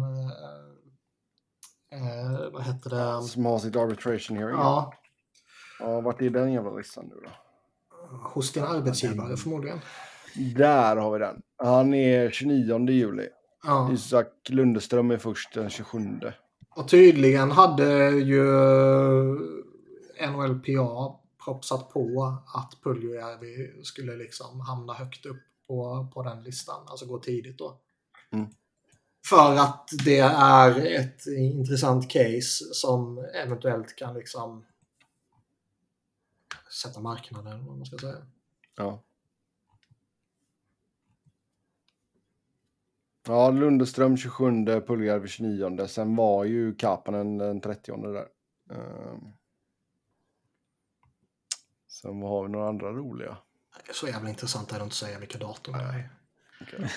vad heter det? Som har sitt arbitration hearing. Ja. Ja, vart är den jävla listan nu då? Hos din arbetsgivare förmodligen. Där har vi den. Han är 29 juli. Ja. Isak Lundeström är först den 27. Och tydligen hade ju NHLPA propsat på att Puljujärvi skulle liksom hamna högt upp på den listan. Alltså gå tidigt då. Mm. För att det är ett intressant case som eventuellt kan liksom sätta marknaden, vad man ska säga. Ja. Ja, Lundeström 27, Puljujärvi 29. Sen var ju Kapanen den 30 där. Sen har vi några andra roliga. Så jävla intressant är det inte att säga vilka datum det är. Okay.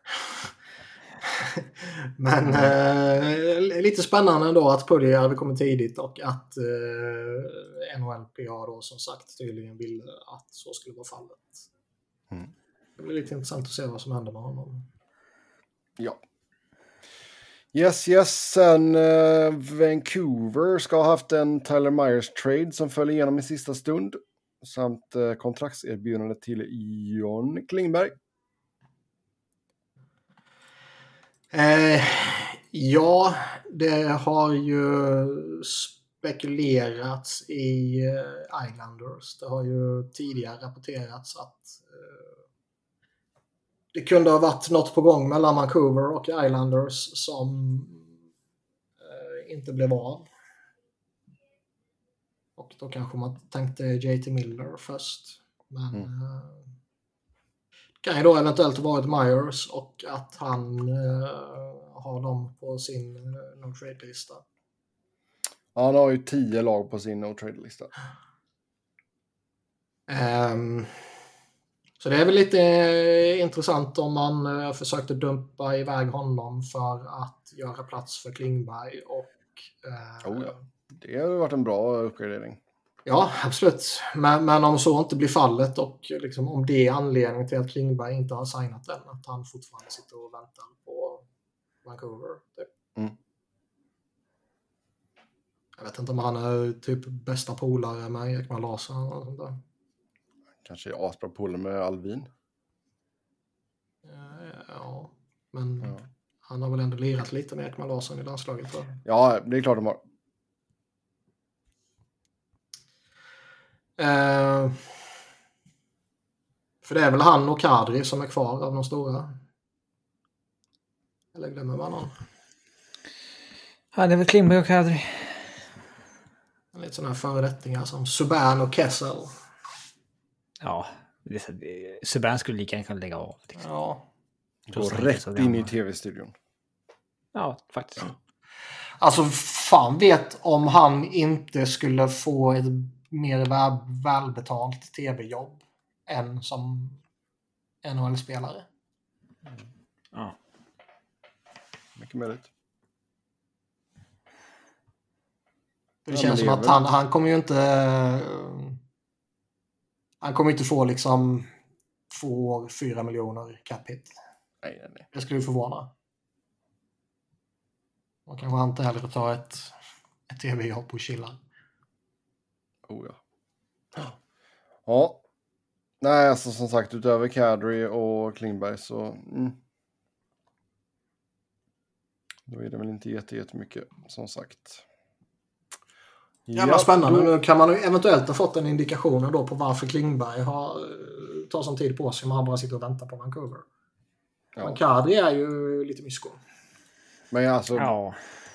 Men lite spännande ändå att Puljujärvi kommer tidigt och att NHLPA då som sagt tydligen ville att så skulle vara fallet. Mm. Det blir lite intressant att se vad som händer med honom. Ja. Yes. Sen Vancouver ska ha haft en Tyler Myers trade som föll igenom i sista stund. Samt kontraktserbjudande till John Klingberg. Ja, det har ju spekulerats i Islanders. Det har ju tidigare rapporterats att det kunde ha varit något på gång mellan Vancouver och Islanders som inte blev av. Och då kanske man tänkte JT Miller först. Men kan ju då eventuellt ha varit Myers och att han har dem på sin no-trade-lista. Han har ju 10 lag på sin no-trade-lista. Så det är väl lite intressant om man försökte dumpa iväg honom för att göra plats för Klingberg och... Det har varit en bra uppgradering. Ja, absolut. Men om så inte blir fallet och liksom, om det är anledningen till att Klingberg inte har signat den, att han fortfarande sitter och väntar på Vancouver. Typ. Mm. Jag vet inte om han är typ bästa polare med Ekman Larsson och sånt där. Kanske är asbra polare med Alvin. Ja, men han har väl ändå lirat lite med Ekman Larsson i landslaget. Då. Ja, det är klart de har. För det är väl han och Kadri som är kvar av de stora. Eller glömmer man någon? Ja, det är väl Klingberg och Kadri. Lite sådana här föredettingar som Subban och Kessel. Ja, Subban skulle lika gärna kunna lägga av. Liksom. Ja. Gå rätt in i tv-studion. Ja, faktiskt. Alltså fan vet om han inte skulle få ett mer välbetalt tv-jobb än som NHL-spelare. Ja. Mycket möjligt. Det känns som att han kommer ju inte... Han kommer inte få liksom 2 år, 4 miljoner cap hit. Nej. Det skulle ju förvåna. Man kanske inte heller ta ett tv-jobb och chilla. Oh ja. Ja. Nej, alltså som sagt, utöver Kadri och Klingberg så... Då är det väl inte jättemycket, som sagt. Jävla spännande. Nu kan man eventuellt ha fått en indikation då på varför Klingberg tar sån tid på sig om han bara sitter och väntar på Vancouver. Ja. Men Kadri är ju lite mysko. Men alltså... Ja.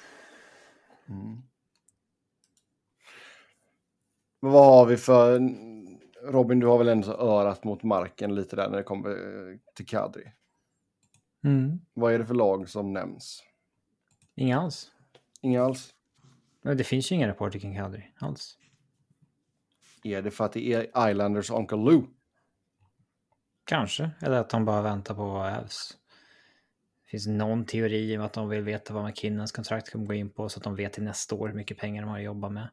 Men vad har vi för... Robin, du har väl ändå örat mot marken lite där när det kommer till Kadri. Vad är det för lag som nämns? Inga alls. Inga alls? Men det finns ju inga rapporter kring Kadri alls. Är det för att det är Islanders Uncle Lou? Kanske. Eller att de bara väntar på vad Avs. Det finns någon teori om att de vill veta vad McKinnons kontrakt kommer gå in på så att de vet till nästa år hur mycket pengar de har att jobba med.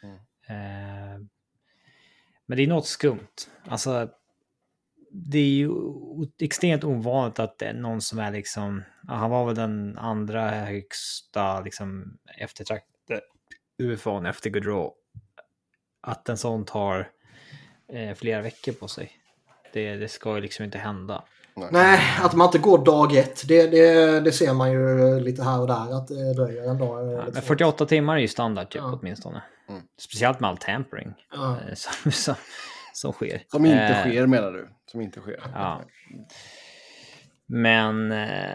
Men det är något skumt. Alltså, det är ju extremt ovanligt att det är någon som är liksom... Ja, han var väl den andra högsta liksom, eftertraktade UFA:n efter Gaudreau. Att en sån tar flera veckor på sig. Det ska ju liksom inte hända. Nej, att man inte går dag ett. Det ser man ju lite här och där. Att det dröjer en dag. Ja, men 48 timmar är ju standard typ åtminstone. Speciellt med all tampering som sker. Som inte sker menar du? Som inte sker. Ja. Men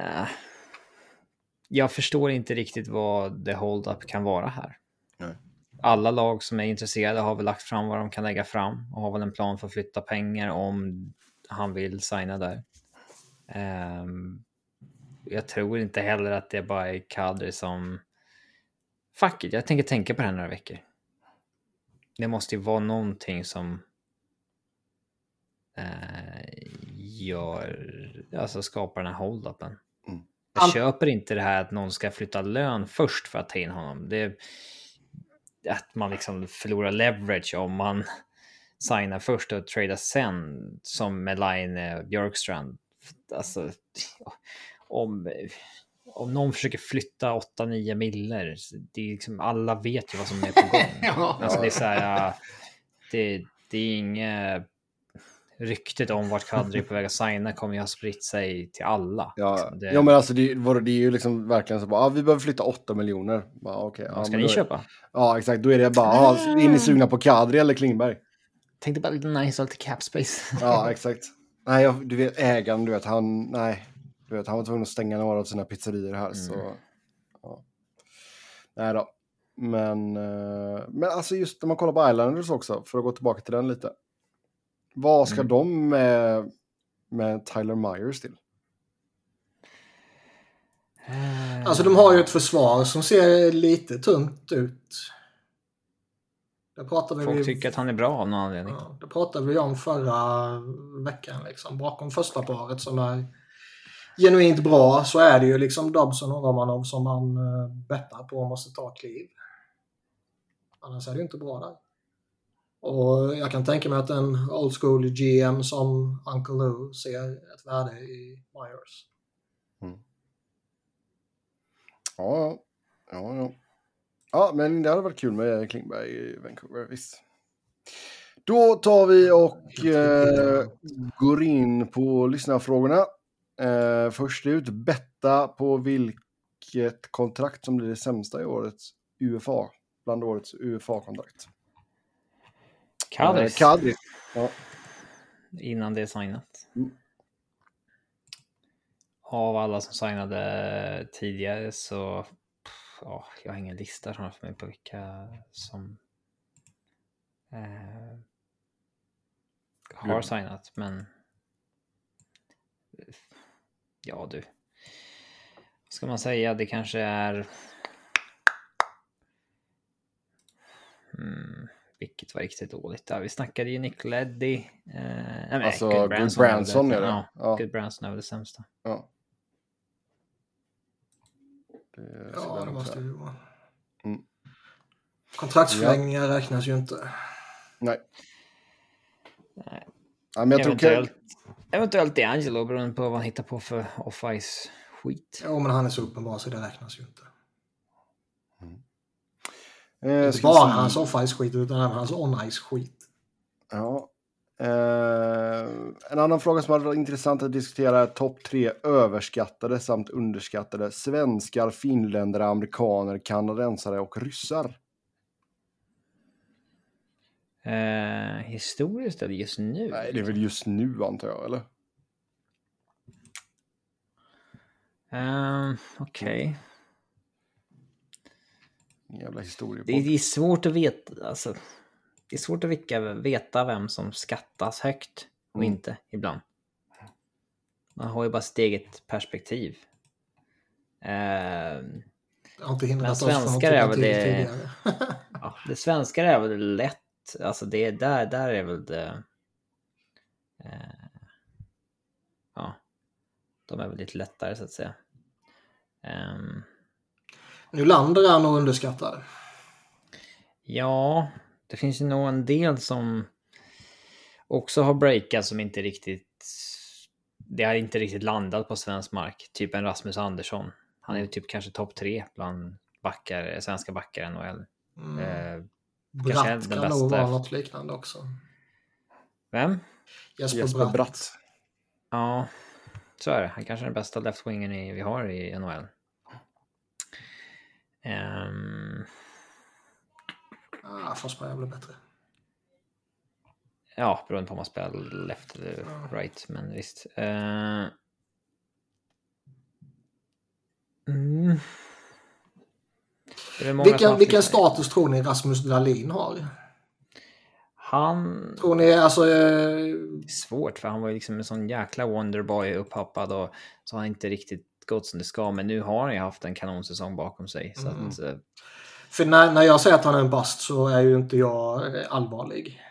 jag förstår inte riktigt vad the hold-up kan vara här. Nej. Alla lag som är intresserade har väl lagt fram vad de kan lägga fram och har väl en plan för att flytta pengar om han vill signa där. Jag tror inte heller att det bara är Kadri som... Fuck it, jag tänker tänka på det här några veckor. Det måste ju vara någonting som skapar den här hold-upen. Jag köper inte det här att någon ska flytta lön först för att ta in honom. Det är att man liksom förlorar leverage om man signar först och tradar sen, som med Line Björkstrand. Alltså, om någon försöker flytta 8-9 miller, det är liksom, alla vet ju vad som är på gång. Alltså, det är så här, det är inget ryktet om vart Kadri är på väg att signa kommer ju ha spritt sig till alla. Ja, men alltså det är ju liksom verkligen så bara, vi behöver flytta 8 miljoner. Okay, ska ni köpa? Ja, exakt. Då är det bara, är ni sugna på Kadri eller Klingberg? Tänkte bara lite nice, lite cap space. Ja, exakt. Nej, du vet, ägaren, han var tvungen att stänga några av sina pizzerier här, så ja. Nej då. Men alltså just när man kollar på Islanders också, för att gå tillbaka till den lite. Vad ska de med Tyler Myers till? Alltså de har ju ett försvar som ser lite tungt ut. Folk tycker att han är bra av någon anledning. Ja, det pratade vi om förra veckan. Liksom. Bakom första paret som är genuint bra så är det ju liksom Dobson och Romanov som man bettar på måste ta kliv. Annars är det ju inte bra där. Och jag kan tänka mig att en old school GM som Uncle Lou ser ett värde i Myers. Ja, men det hade varit kul med Klingberg i Vancouver, visst. Då tar vi och går in på lyssnarfrågorna. Först ut, betta på vilket kontrakt som blir det sämsta i årets UFA. Bland årets UFA-kontrakt. Kadri. Ja. Innan det är signat. Av alla som signade tidigare så jag har ingen lista framför mig på vilka som har signat, men ja du. Vad ska man säga? Det kanske är Vilket var riktigt dåligt. Ja, vi snackade ju Nick Leddy. Alltså, Goodbranson är det. Ja, Goodbranson är väl det sämsta. Ja. Det måste ju vara. Mm. Kontraktsförlängningar räknas ju inte. Nej. Ja, men jag tror eventuellt D'Angelo beroende på vad han hittar på för off-ice-skit. Ja, men han är så uppenbar så det räknas ju inte. inte bara hans off-ice-skit utan även hans on-ice-skit. Ja. En annan fråga som hade varit intressant att diskutera är topp 3 överskattade samt underskattade svenskar, finländare, amerikaner, kanadensare och ryssar. Historiskt eller just nu? Nej, det är väl just nu antar jag, eller? Okej. Jävla historia. Det är svårt att veta, alltså. Det är svårt att veta vem som skattas högt och inte ibland. Man har ju bara sitt eget perspektiv. Jag har inte hindrat men oss från svenskar är väl det. tidigare. Ja, det svenskar är väl lätt. Alltså det där är väl det. Ja, de är väl lite lättare så att säga. Nylander är nog underskattad. Ja, det finns ju nog en del som också har breakat som inte riktigt. Det har inte riktigt landat på svensk mark. Typ en Rasmus Andersson. Han är ju typ kanske topp 3 bland svenska backar i NHL. Bratt kan nog vara något liknande också. Vem? Jesper Bratt. Ja, så är det. Han kanske är den bästa left-wingen vi har i NHL. Forsberg är väl bättre. Ja, beroende på om man spelar left eller right. Men visst. Vilken status tror ni Rasmus Dahlin har? Han... Tror ni alltså... Det är svårt för han var ju liksom en sån jäkla wonderboy upphoppad och så har han inte riktigt gått som det ska. Men nu har han ju haft en kanonsäsong bakom sig. Så att, för när jag säger att han är en bust så är ju inte jag allvarlig.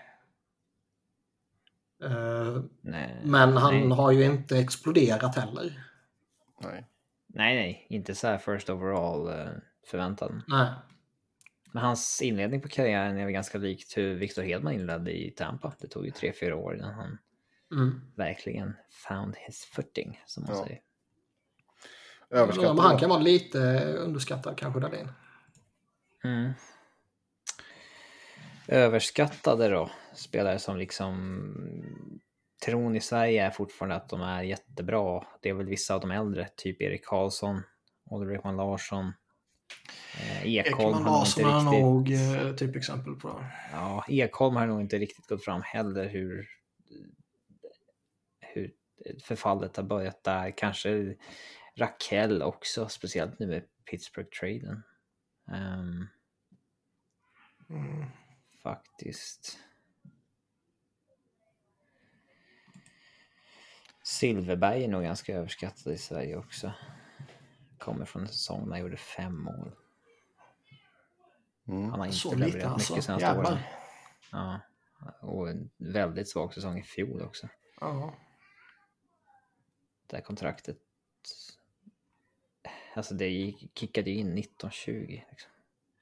Men han har ju inte exploderat heller. Nej, inte så här first overall förväntan. Nej. Men hans inledning på karriären är väl ganska likt hur Victor Hedman inledde i Tampa. Det tog ju 3-4 år innan han verkligen found his footing, som man säger. Men han kan vara lite underskattad kanske, Dahlin. Överskattade då spelare som liksom tron i Sverige är fortfarande att de är jättebra. Det är väl vissa av de äldre, typ Erik Karlsson, Oliver Ekman Larsson, Ekholm har nog inte riktigt... nog typ exempel på det. Ja, Ekholm har nog inte riktigt gått fram heller hur förfallet har börjat där. Kanske Rakell också, speciellt nu med Pittsburgh-traden. Faktiskt. Silverberg är nog ganska överskattad i Sverige också. Kommer från en säsong när han gjorde 5 mål. Han har inte levererat mycket senaste åren. Ja, och en väldigt svag säsong i fjol också. Det här kontraktet, alltså det kickade ju in 1920 liksom.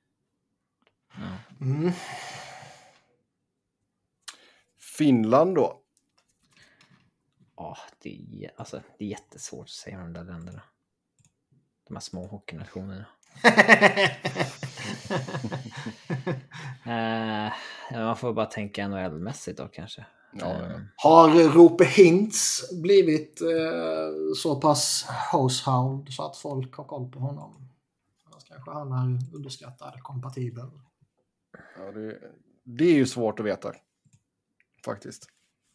Finland då? Ja, det är jättesvårt att säga om de där länderna. De här små hockeynationerna. Man får bara tänka NHL-mässigt då kanske. Har Rope Hintz blivit så pass household så att folk har koll på honom? Annars kanske han är underskattad, kompatibel. Ja, det är ju svårt att veta. Faktiskt.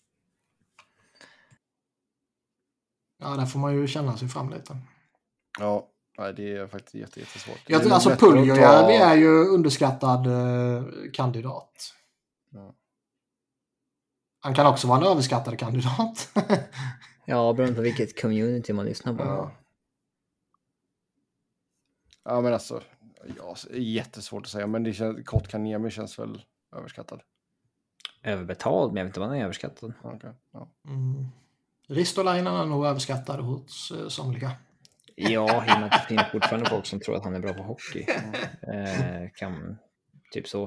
Ja, där får man ju känna sig fram lite. Ja, det är faktiskt jättesvårt. Alltså Puljujärvi är ju underskattad kandidat. Ja. Han kan också vara en överskattad kandidat. Ja, beroende på vilket community man lyssnar på. Ja, men alltså Ja, jättesvårt att säga, men det känns, Kotkaniemi känns väl överskattad. Överbetald, men jag vet inte vad han är överskattad. Okay, ja. Ristolainen är nog överskattad hos somliga. Ja, i och med att det finns fortfarande folk som tror att han är bra på hockey. Kan, typ så.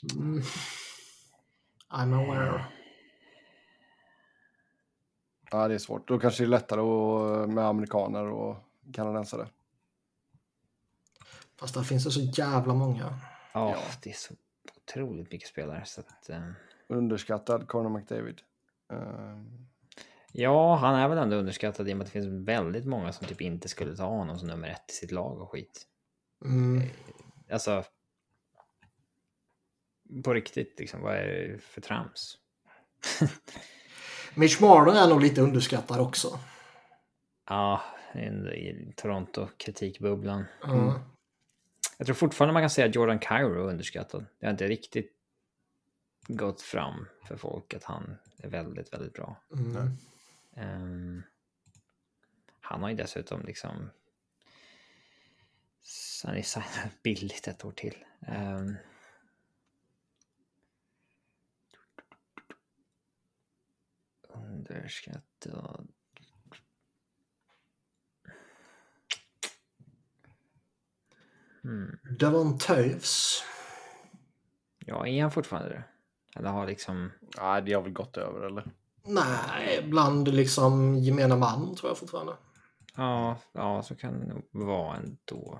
I'm aware. Ja, det är svårt. Då kanske det är lättare med amerikaner och kanadensare. Fast där finns det så jävla många. Ja, det är så otroligt mycket spelare. Så att, Underskattad Conor McDavid. Ja, han är väl ändå underskattad i och med att det finns väldigt många som typ inte skulle ta honom som nummer 1 i sitt lag och skit. Alltså, på riktigt liksom, vad är det för trams? Mitch Marner är nog lite underskattad också. Ja, i Toronto-kritikbubblan. Jag tror fortfarande man kan säga att Jordan Kyrou är underskattad. Det har inte riktigt gått fram för folk att han är väldigt, väldigt bra. Han har ju dessutom liksom han är signat billigt ett år till. Underskattad. Devon Toews. Ja, är han fortfarande det? Eller har liksom... Nej, det har väl gått över, eller? Nej, bland liksom gemena man tror jag fortfarande. Ja, så kan det nog vara ändå.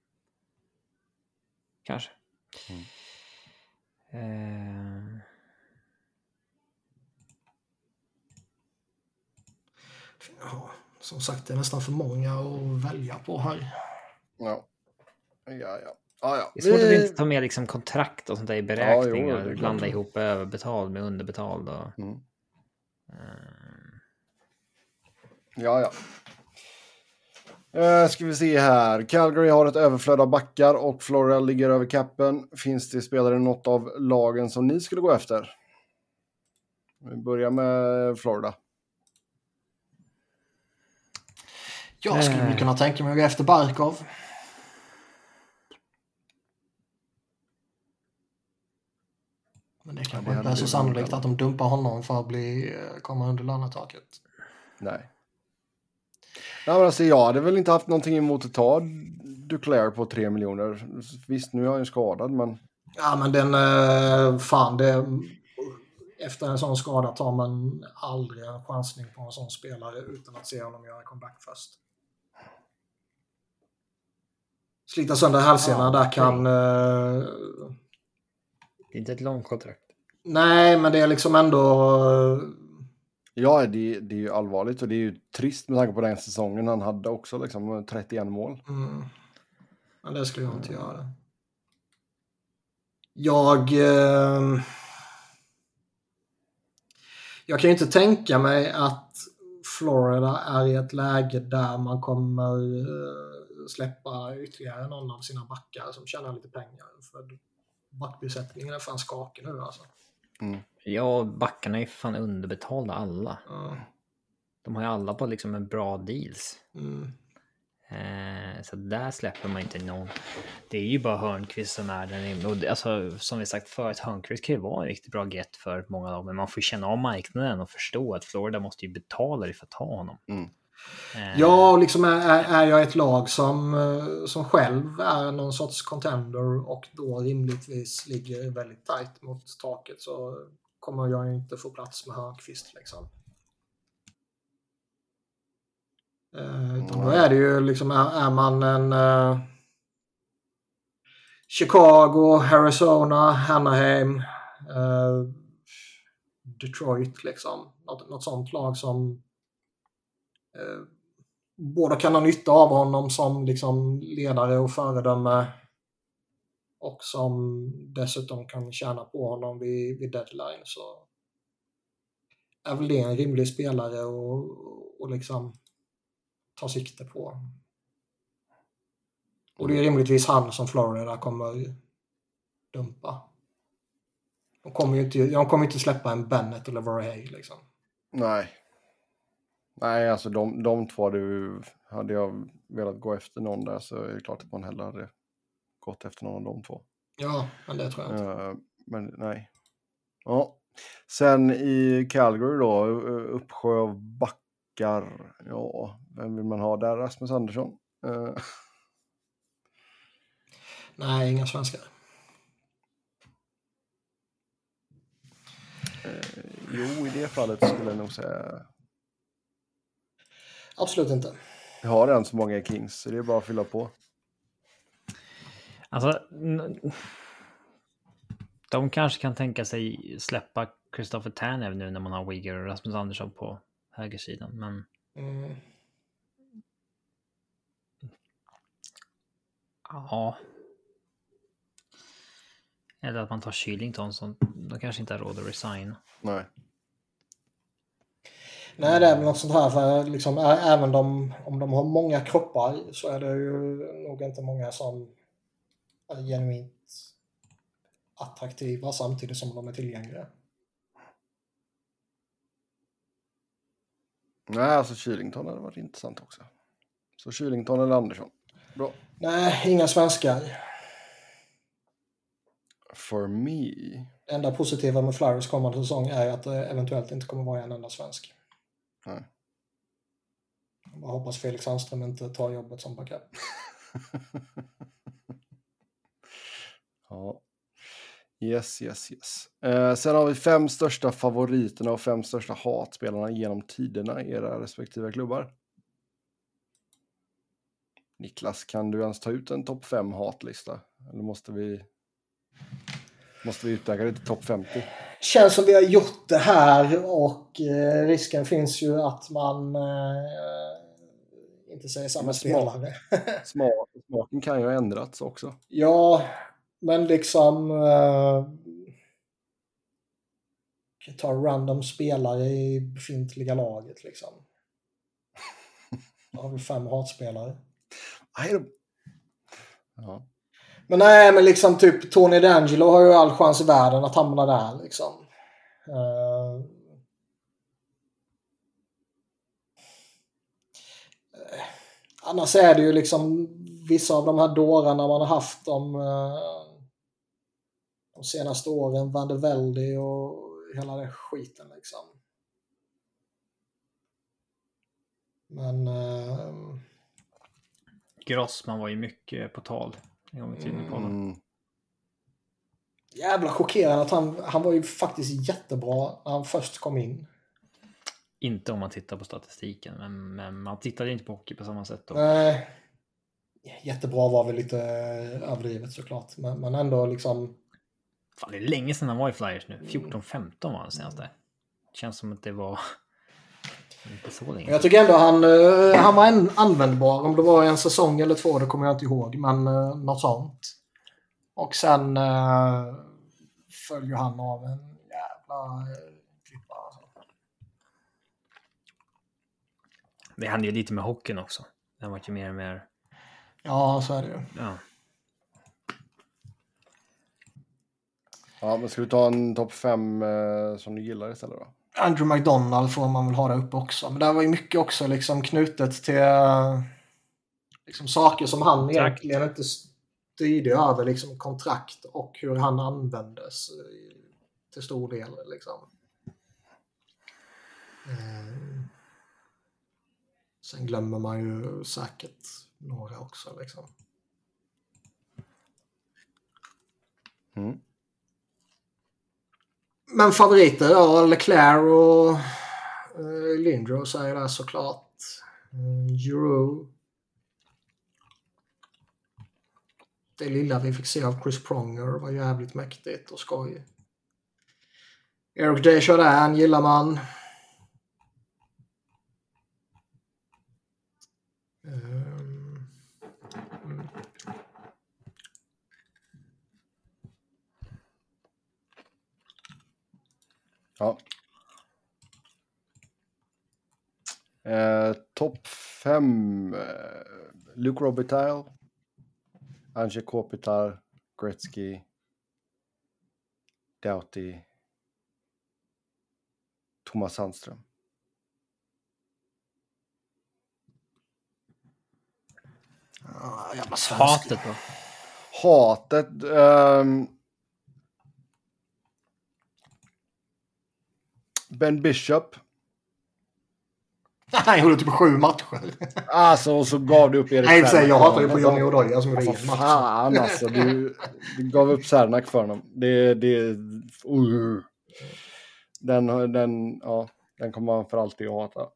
Kanske. Ja, som sagt, det är nästan för många att välja på här. Ja. Det är svårt att inte ta med liksom kontrakt och sånt där i beräkningar. Ja, blanda ihop överbetald med underbetald. Och... Ja. Ska vi se här. Calgary har ett överflöd av backar och Florida ligger över kappen. Finns det spelare i något av lagen som ni skulle gå efter? Vi börjar med Florida. Jag skulle väl kunna tänka mig att gå efter Barkov. Men det kanske inte är så sannolikt att de dumpar honom för att komma under lönetaket. Nej. Nej, men alltså, jag hade väl inte haft någonting emot att ta Duclair på 3 miljoner. Visst, nu är han ju skadad, men... Ja, men efter en sån skada tar man aldrig en chansning på en sån spelare utan att se honom göra comeback först. Slita sönder hälsenan där kan... Det är inte ett långt kontrakt. Nej, men det är liksom ändå... Ja, det är ju allvarligt och det är ju trist med tanke på den säsongen han hade också, liksom 31 mål. Men det skulle jag inte göra. Jag kan ju inte tänka mig att Florida är i ett läge där man kommer släppa ytterligare någon av sina backar som tjänar lite pengar. För backbesättningen är fan skakig nu alltså. Ja, backarna är ju fan underbetalda alla. De har ju alla på liksom en bra deals. Så där släpper man inte någon. Det är ju bara Hörnqvist som är den. Och alltså, som vi sagt förut, Hörnqvist kan ju vara en riktigt bra get för många lag. Men man får känna av marknaden och förstå att Florida måste ju betala det för att ta honom. Ja, liksom är jag ett lag som själv är någon sorts contender och då rimligtvis ligger väldigt tajt mot taket, så kommer jag inte få plats med Hörnqvist liksom. Utan då är det ju liksom, är man en Chicago, Arizona, Anaheim, Detroit liksom. Något sånt lag som båda kan ha nytta av honom som liksom ledare och föredöme och som dessutom kan tjäna på honom vid deadline, så är väl det en rimlig spelare och liksom ta sikte på. Och det är rimligtvis han som Florida kommer dumpa. De kommer inte släppa en Bennett eller Vorhey liksom. Nej, alltså de två hade jag velat gå efter någon där, så är det klart att man hellre hade gått efter någon av de två. Ja, men det tror jag inte. Men nej. Ja. Sen i Calgary då, uppsjö av backar. Ja, vem vill man ha där? Rasmus Andersson? Nej, inga svenskar. Jo, i det fallet skulle jag nog säga. Absolut inte. Jag har redan så många i Kings, så det är bara att fylla på. Alltså, de kanske kan tänka sig släppa Christopher Tanev nu när man har Weegar och Rasmus Andersson på högersidan, men ja. Eller att man tar Kylington som de kanske inte har råd att resign. Nej. Nej, det är väl något sånt här, för liksom, även om de har många kroppar så är det ju nog inte många som är genuint attraktiva samtidigt som de är tillgängliga. Nej, alltså Kylington hade varit intressant också. Så Kylington eller Andersson. Bra. Nej, inga svenskar. For me. Det enda positiva med Flyers kommande säsong är att det eventuellt inte kommer vara en enda svensk. Nej. Jag bara hoppas Felix Sandström inte tar jobbet som backup. Ja. Yes. Sen har vi 5 största favoriterna och 5 största hatspelarna genom tiderna i era respektive klubbar. Niklas, kan du ens ta ut en topp 5 hatlista? Eller måste vi utöka det till topp 50? Känns som vi har gjort det här och risken finns ju att man inte säger samma spelare. Smaken kan ju ha ändrats också. Ja, men liksom ta random spelare i befintliga laget liksom. Då har vi 5 hatspelare. Ja. Men nej, men liksom typ Tony D'Angelo har ju all chans i världen att hamna där liksom. Annars är det ju liksom vissa av de här dårarna man har haft de senaste åren, Van de Velde och hela den skiten liksom. Men Grossman var ju mycket på tal en gång i tiden på honom. Jävla chockerande att han var ju faktiskt jättebra när han först kom in. Inte om man tittar på statistiken, men man tittade inte på hockey på samma sätt då. Nej, jättebra var väl lite överdrivet såklart, men ändå liksom. Fan, det är länge sedan han var i Flyers nu. 14-15 var han senast där. Känns som att det var inte så länge. Jag tycker ändå han var användbar. Om det var en säsong eller 2, det kommer jag inte ihåg, men något sånt. Och sen följer han av en jävla klippa. Alltså. Det hände ju lite med hockeyn också. Den var ju mer och mer. Ja, så är det ju. Ja. Ja, men ska vi ta en topp 5 som du gillar istället då? Andrew McDonald får man väl ha där uppe också. Men det var ju mycket också liksom knutet till liksom saker som han egentligen inte styrde över, liksom kontrakt och hur han användes till stor del liksom. Sen glömmer man ju säkert några också liksom. Men favoriter, ja, Leclerc och Lindros så är det såklart. Giroux. Det lilla vi fick se av Chris Pronger var jävligt mäktigt och skoj. Eric Desjardins gillar man. Ja. Topp 5. Luke Robitaille, Anze Kopitar, Gretzky, Doughty, Thomas Sandström. Jävla svensk. Hatet då. Hatet. Ben Bishop. Han gjorde typ 7 matcher. Alltså, och så gav du upp Erik Nej, Sernak. jag hatar ju på Johnny Odoja som gjorde Alltså, ingen match. fan alltså, du gav upp Sernak för honom. Den kommer man för alltid att hata.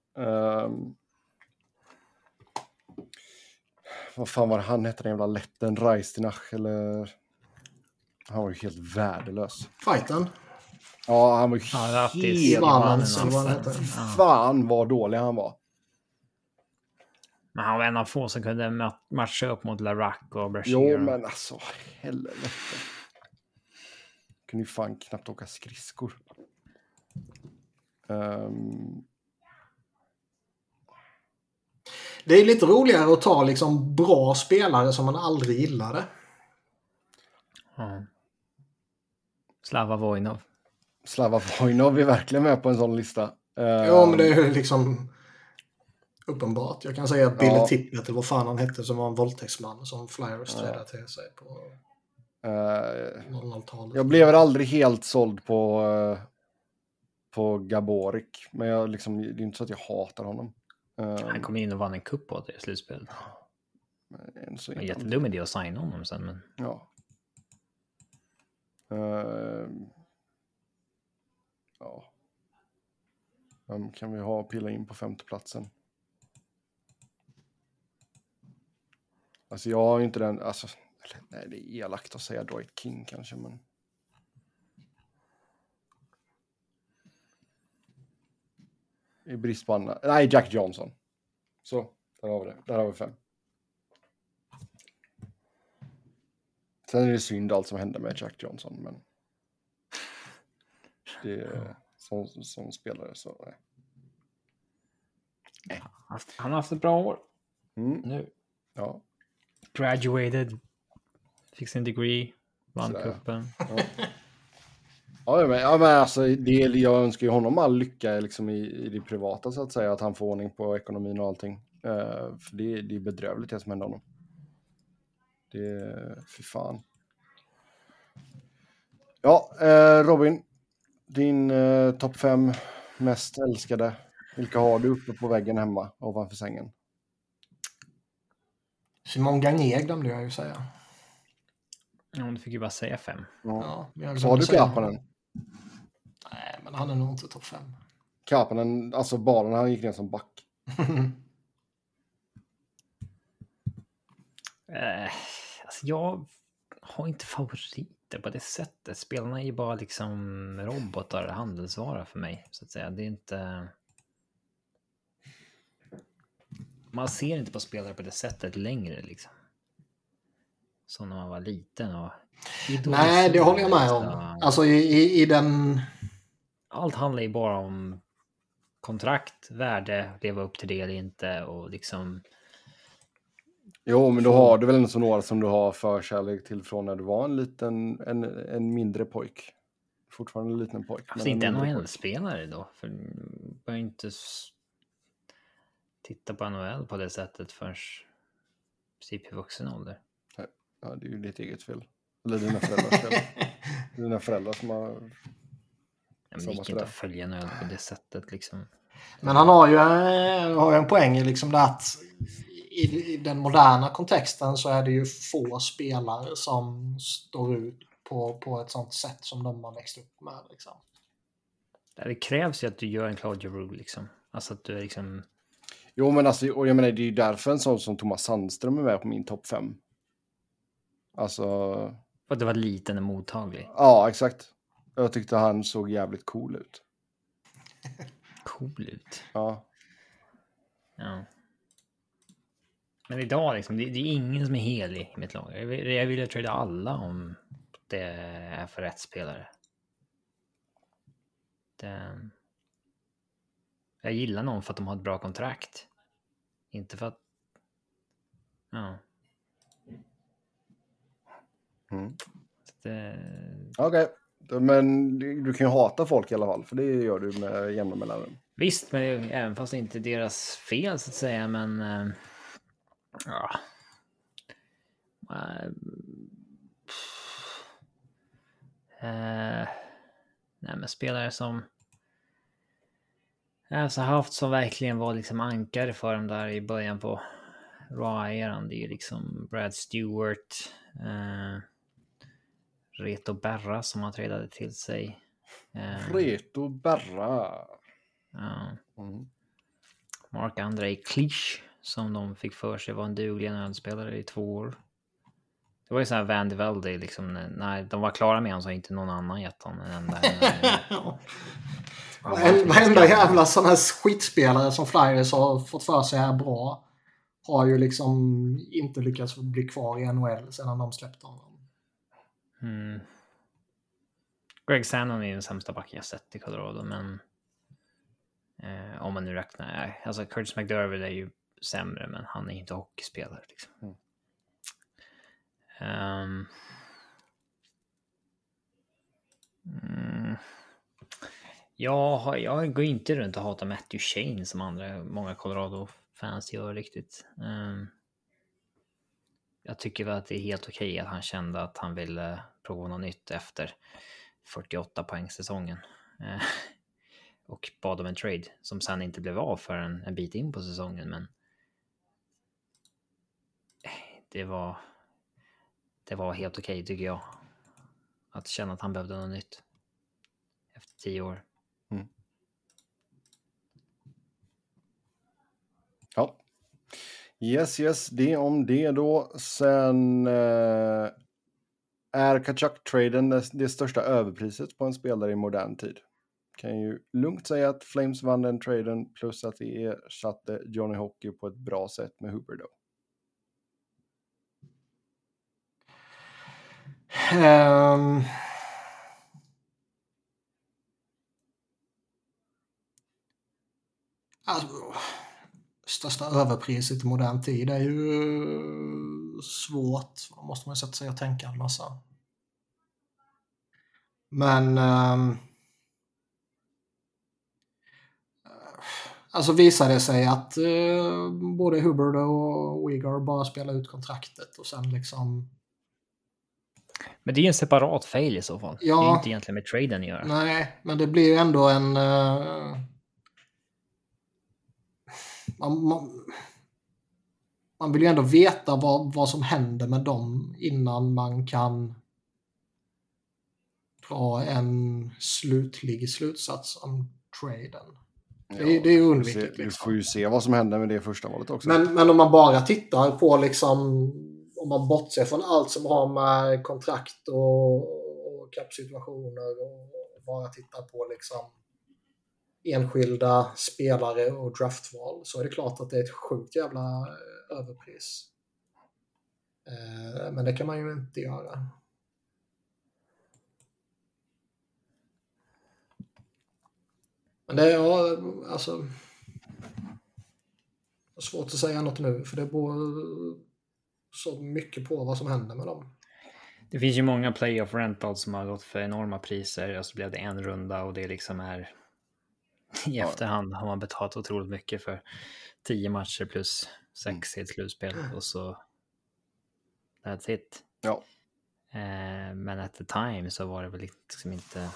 Vad fan var det han hette, den jävla lätten? Raistinach eller... Han var ju helt värdelös. Fighten. Ja, han var ju helt... Fan vad dålig han var. Men han var en av få som kunde matcha upp mot Larac och Brashear. Jo, men alltså, helvete. Kunde ju fan knappt åka skridskor. Det är lite roligare att ta liksom bra spelare som man aldrig gillade. Ja. Slava Vojnov. Slava Vojnov är verkligen med på en sån lista. Ja, men det är ju liksom uppenbart. Jag kan säga att Billy Tippett, eller vad fan han hette, som var en våldtäktsman som Flyers trädde till sig på 00-talet. Jag blev aldrig helt såld på Gaborik, men det är inte så att jag hatar honom. Han kom in och vann en cup på det i slutspelet. Det var en jättedum idé att signa honom sen. Men... Ja. Vem kan vi pilla in på 5:e platsen? Alltså jag har ju inte den... Alltså, nej, det är elakt att säga Dwight King kanske, men... I brist på andra... Nej, Jack Johnson. Så, där har vi det. Där har vi 5. Sen är det synd allt som hände med Jack Johnson, men... Det är som spelare så... Nej. Han har haft ett bra år. Nu. Ja. Graduated. Fick sin degree. Vann cupen. Ja, men alltså, jag önskar ju honom all lycka liksom, i det privata så att säga. Att han får ordning på ekonomin och allting. För det är bedrövligt det som händer honom. Fy fan. Ja, Robin. Din topp 5 mest älskade. Vilka har du uppe på väggen hemma ovanför sängen? Simon Gagné glömde jag ju säga. Ja, du fick ju bara säga 5. Ja, så har du Kapanen? Nej, men han är nog inte topp 5. Kapanen, alltså bara när han gick ner som back. Alltså jag har inte favoriter på det sättet. Spelarna är ju bara liksom robotar, handelsvara för mig, så att säga. Det är inte... Man ser inte på spelare på det sättet längre, liksom. Som när man var liten och... Nej, det håller jag med om. Alltså i den... Allt handlar ju bara om kontrakt, värde, leva upp till det eller inte och liksom... Jo, men då har du väl en sån några som du har förkärlek till från när du var en mindre pojk. Fortfarande en liten pojk. Alltså inte NHL-spelare då. För börjar inte titta på NHL på det sättet förrän princip i vuxen ålder. Ja, det är ju ditt eget fel. Eller dina föräldrars fel. Dina föräldrar som har... Ja, men det gick inte att följa NHL på det sättet liksom. Men han har ju en poäng liksom det att i den moderna kontexten så är det ju få spelare som står ut på ett sånt sätt som de har växt upp med liksom. Det krävs ju att du gör en Claudio Rule liksom. Alltså att du är liksom... Jo, men alltså, och jag menar, det är ju därför en sån som Thomas Sandström är med på min topp 5. Alltså... För att det var liten och mottaglig. Ja, exakt. Jag tyckte han såg jävligt cool ut. Cool ut? Ja. Ja. Men idag liksom, det är ingen som är helig i mitt lag. Jag vill trada alla om det är för rätt spelare. Jag gillar någon för att de har ett bra kontrakt. Inte för att... Ja. Okej. Men du kan ju hata folk i alla fall. För det gör du med jämna mellanrum. Visst, men även fast det inte är deras fel så att säga. Men... ja. Nej, men spelare som jag har haft som verkligen var liksom ankare för dem där i början på Raw-eran. Det är ju liksom Brad Stewart, Reto Berra som han tradade till sig. Reto Berra. Ja. Marc-André Clich som de fick för sig var en duglig nödspelare i 2 år. Det var ju så här Van de Velde liksom, när de var klara med honom så har inte någon annan gett honom en enda. Varenda jävla sån här skitspelare som Flyers har fått för sig är bra har ju liksom inte lyckats bli kvar i NHL sedan de släppte honom. Greg Sandon är den sämsta backen jag sett i Colorado, men om man nu räknar, alltså Curtis McDermott är ju sämre, men han är inte hockeyspelare liksom. Jag går inte runt och hatar Matthew Shane som många Colorado-fans gör riktigt. Jag tycker väl att det är helt okej att han kände att han ville prova något nytt efter 48 poängsäsongen. Och bad om en trade som sen inte blev av för en bit in på säsongen, men det var helt okej tycker jag. Att känna att han behövde något nytt efter 10 år. Ja. Yes, det om det då. Sen är Tkachuk-traden det största överpriset på en spelare i modern tid. Kan ju lugnt säga att Flames vann den traden, plus att det ersatte Johnny Hockey på ett bra sätt med Huberdeau. Alltså, största överpriset i modern tid är ju svårt. Då måste man sätta sig och tänka en massa. Men alltså visar det sig att både Huberdeau och Uyghur bara spelar ut kontraktet och sen liksom. Men det är ju en separat fail i så fall. Ja, det är inte egentligen med traden att göra. Nej, men det blir ju ändå en man vill ju ändå veta vad som händer med dem innan man kan dra en slutlig slutsats om traden. Det är ju undvikligt. Vi får ju se vad som händer med det första valet också. Men om man bara tittar på liksom, om man bortser från allt som har med kontrakt och kappsituationer och bara tittar på liksom enskilda spelare och draftval, så är det klart att det är ett sjukt jävla överpris. Men det kan man ju inte göra. Men det är alltså svårt att säga något nu, för det beror så mycket på vad som händer med dem. Det finns ju många playoff rentals som har gått för enorma priser och så blev det en runda och det liksom är i efterhand har man betalat otroligt mycket för 10 matcher plus 6 i ett slutspel och så that's it. Ja. Men at the time så var det väl liksom inte,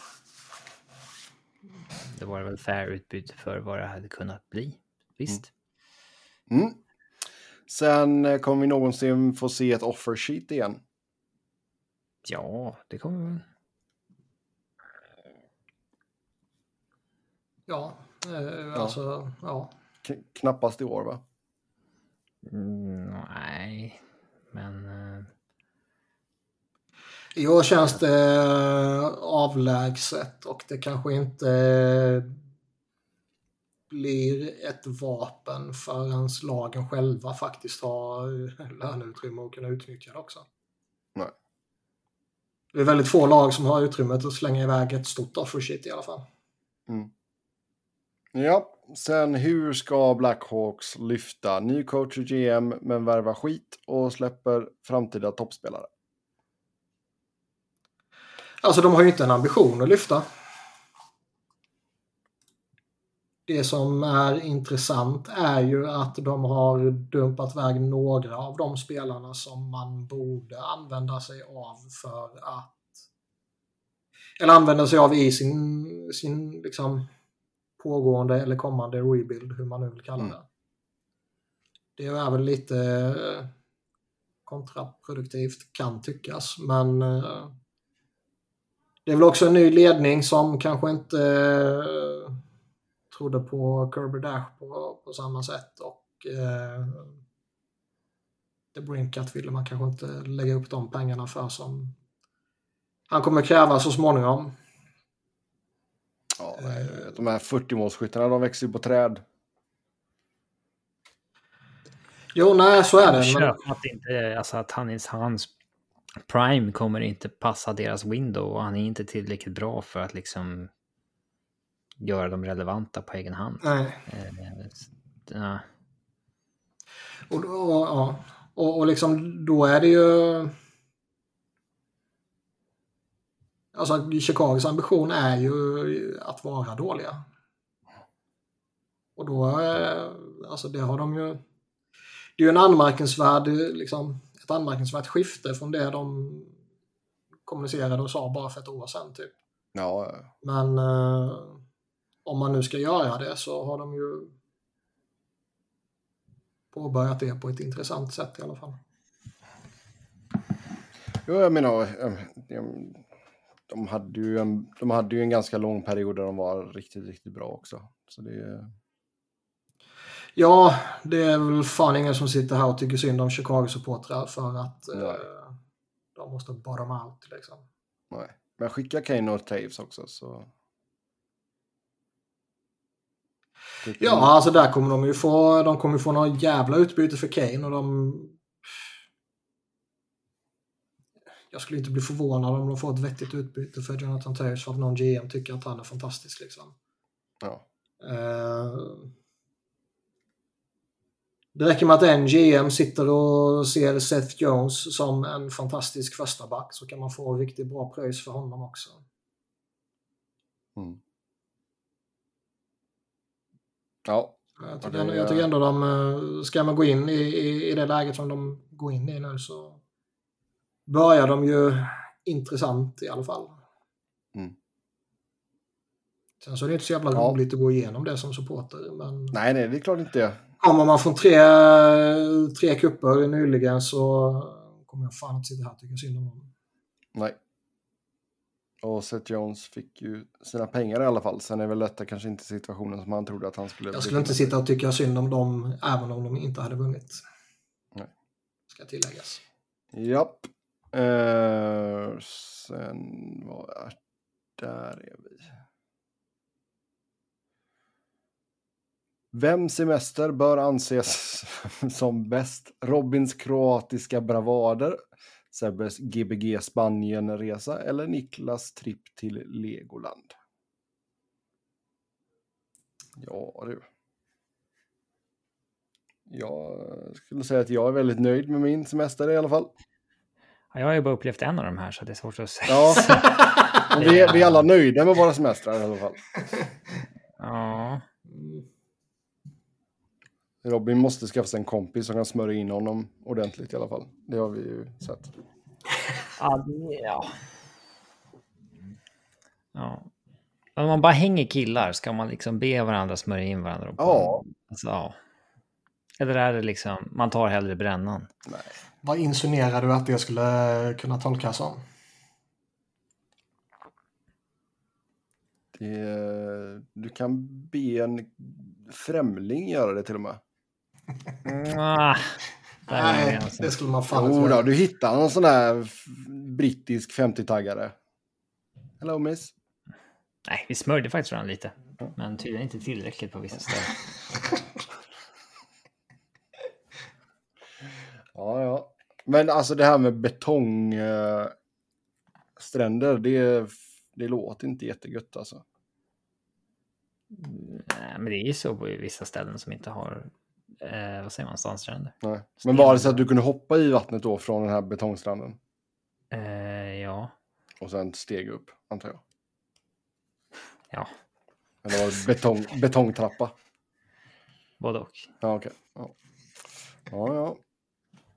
det var väl fair utbyte för vad det hade kunnat bli. Visst. Sen kommer vi någonsin få se ett offer sheet igen. Ja, det kommer väl. Ja, alltså, ja. Knappast i år, va? Nej, men i år känns det avlägset och det kanske inte blir ett vapen förrän lagen själva faktiskt har löneutrymme och kunna utnyttja det också. Nej. Det är väldigt få lag som har utrymmet att slänga iväg ett stort offer sheet i alla fall. Ja, sen hur ska Blackhawks lyfta? Ny coach och GM men värva skit och släpper framtida toppspelare? Alltså de har ju inte en ambition att lyfta. Det som är intressant är ju att de har dumpat iväg några av de spelarna som man borde använda sig av för att eller använder sig av i sin liksom pågående eller kommande rebuild, hur man nu vill kalla det. Det är väl lite kontraproduktivt, kan tyckas, men det är väl också en ny ledning som kanske inte trodde på Kirby Dash på samma sätt, och The Brinkat ville man kanske inte lägga upp de pengarna för som han kommer kräva så småningom. Ja, de här 40-målsskyttarna, de växer ju på träd. Jo, nej, så är det. Att inte, alltså att hans prime kommer inte passa deras window, och han är inte tillräckligt bra för att liksom göra dem relevanta på egen hand. Nej. Ja. Och liksom då är det ju, alltså Chicagos ambition är ju att vara dåliga. Och då alltså det har de ju, det är ju en anmärkningsvärd liksom, ett anmärkningsvärt skifte från det de kommunicerade och sa bara för ett år sedan typ. Ja. Men om man nu ska göra det så har de ju påbörjat det på ett intressant sätt i alla fall. Jo, jag menar, de hade ju en ganska lång period där de var riktigt, riktigt bra också. Så det... Ja, det är väl fan ingen som sitter här och tycker synd om Chicago-supportrar för att de måste bottom out liksom. Nej, men skicka Kane och Taves också så... Ja, alltså där kommer de kommer få någon jävla utbyte för Kane, och jag skulle inte bli förvånad om de får ett vettigt utbyte för Jonathan Taves, för att någon GM tycker att han är fantastisk liksom. Ja. Det räcker med att en GM sitter och ser Seth Jones som en fantastisk första back, så kan man få riktigt bra pröjs för honom också. Ja. Jag tycker ändå ska man gå in i det läget som de går in i nu, så börjar de ju intressant i alla fall. Sen så är det inte så jävla roligt att gå igenom det som supporter. Men nej, det är klart inte det. Kommer man från tre kupper nyligen så kommer jag fan inte sitta här och tycka synd om dem. Nej. Och Seth Jones fick ju sina pengar i alla fall. Sen är väl detta kanske inte situationen som han trodde att han skulle... Jag skulle inte sitta och tycka synd om dem även om de inte hade vunnit. Nej. Ska tilläggas. Japp. Sen var där är vi. Vem semester bör anses som bäst? Robins kroatiska bravader, Sebbes GBG Spanien-resa eller Niklas tripp till Legoland? Ja du. Jag skulle säga att jag är väldigt nöjd med min semester i alla fall. Ja, jag har ju bara upplevt en av de här, så det är svårt att säga. Ja, vi är alla nöjda med våra semestrar i alla fall. Ja. Robin måste skaffa sig en kompis som kan smörja in honom ordentligt i alla fall. Det har vi ju sett. Ja. Om man bara hänger killar, ska man liksom be varandra smörja in varandra? Ja. Alltså, ja. Eller är det liksom, man tar hellre brännan? Nej. Vad insinuerar du att det skulle kunna tolkas som? Du kan be en främling göra det till och med. Nej, det skulle man fan inte göra. Du hittar någon sån där brittisk 50-taggare. Hello miss. Nej, vi smörjde faktiskt varandra lite. Men tydligen inte tillräckligt på vissa ställen. Ja. Men alltså det här med betongstränder, det låter inte jättegött alltså. Nej, men det är ju så på vissa ställen som inte har, vad säger man, sandstränder. Nej. Men var det så att du kunde hoppa i vattnet då från den här betongstranden? Ja. Och sen steg upp, antar jag. Ja. Eller var det betongtrappa? Både och. Ja, okej. Ja.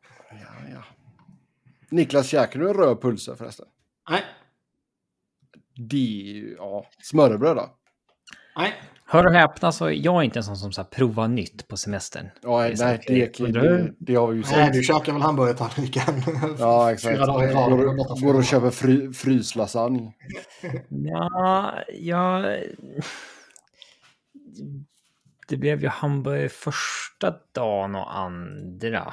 Niklas, käkar du en röd pulsa förresten? Nej. Smörrebröd då? Nej. Hör och häpna, så jag är inte en sån som så här, provar nytt på semestern. Ja, Det är så nej, här, det har vi ju sett. Nej, du käkar väl hamburgertallriken? Ja, exakt. 4 dagar i rad. Går och köper fryslasagne. Ja, det blev ju hamburgare första dagen och andra.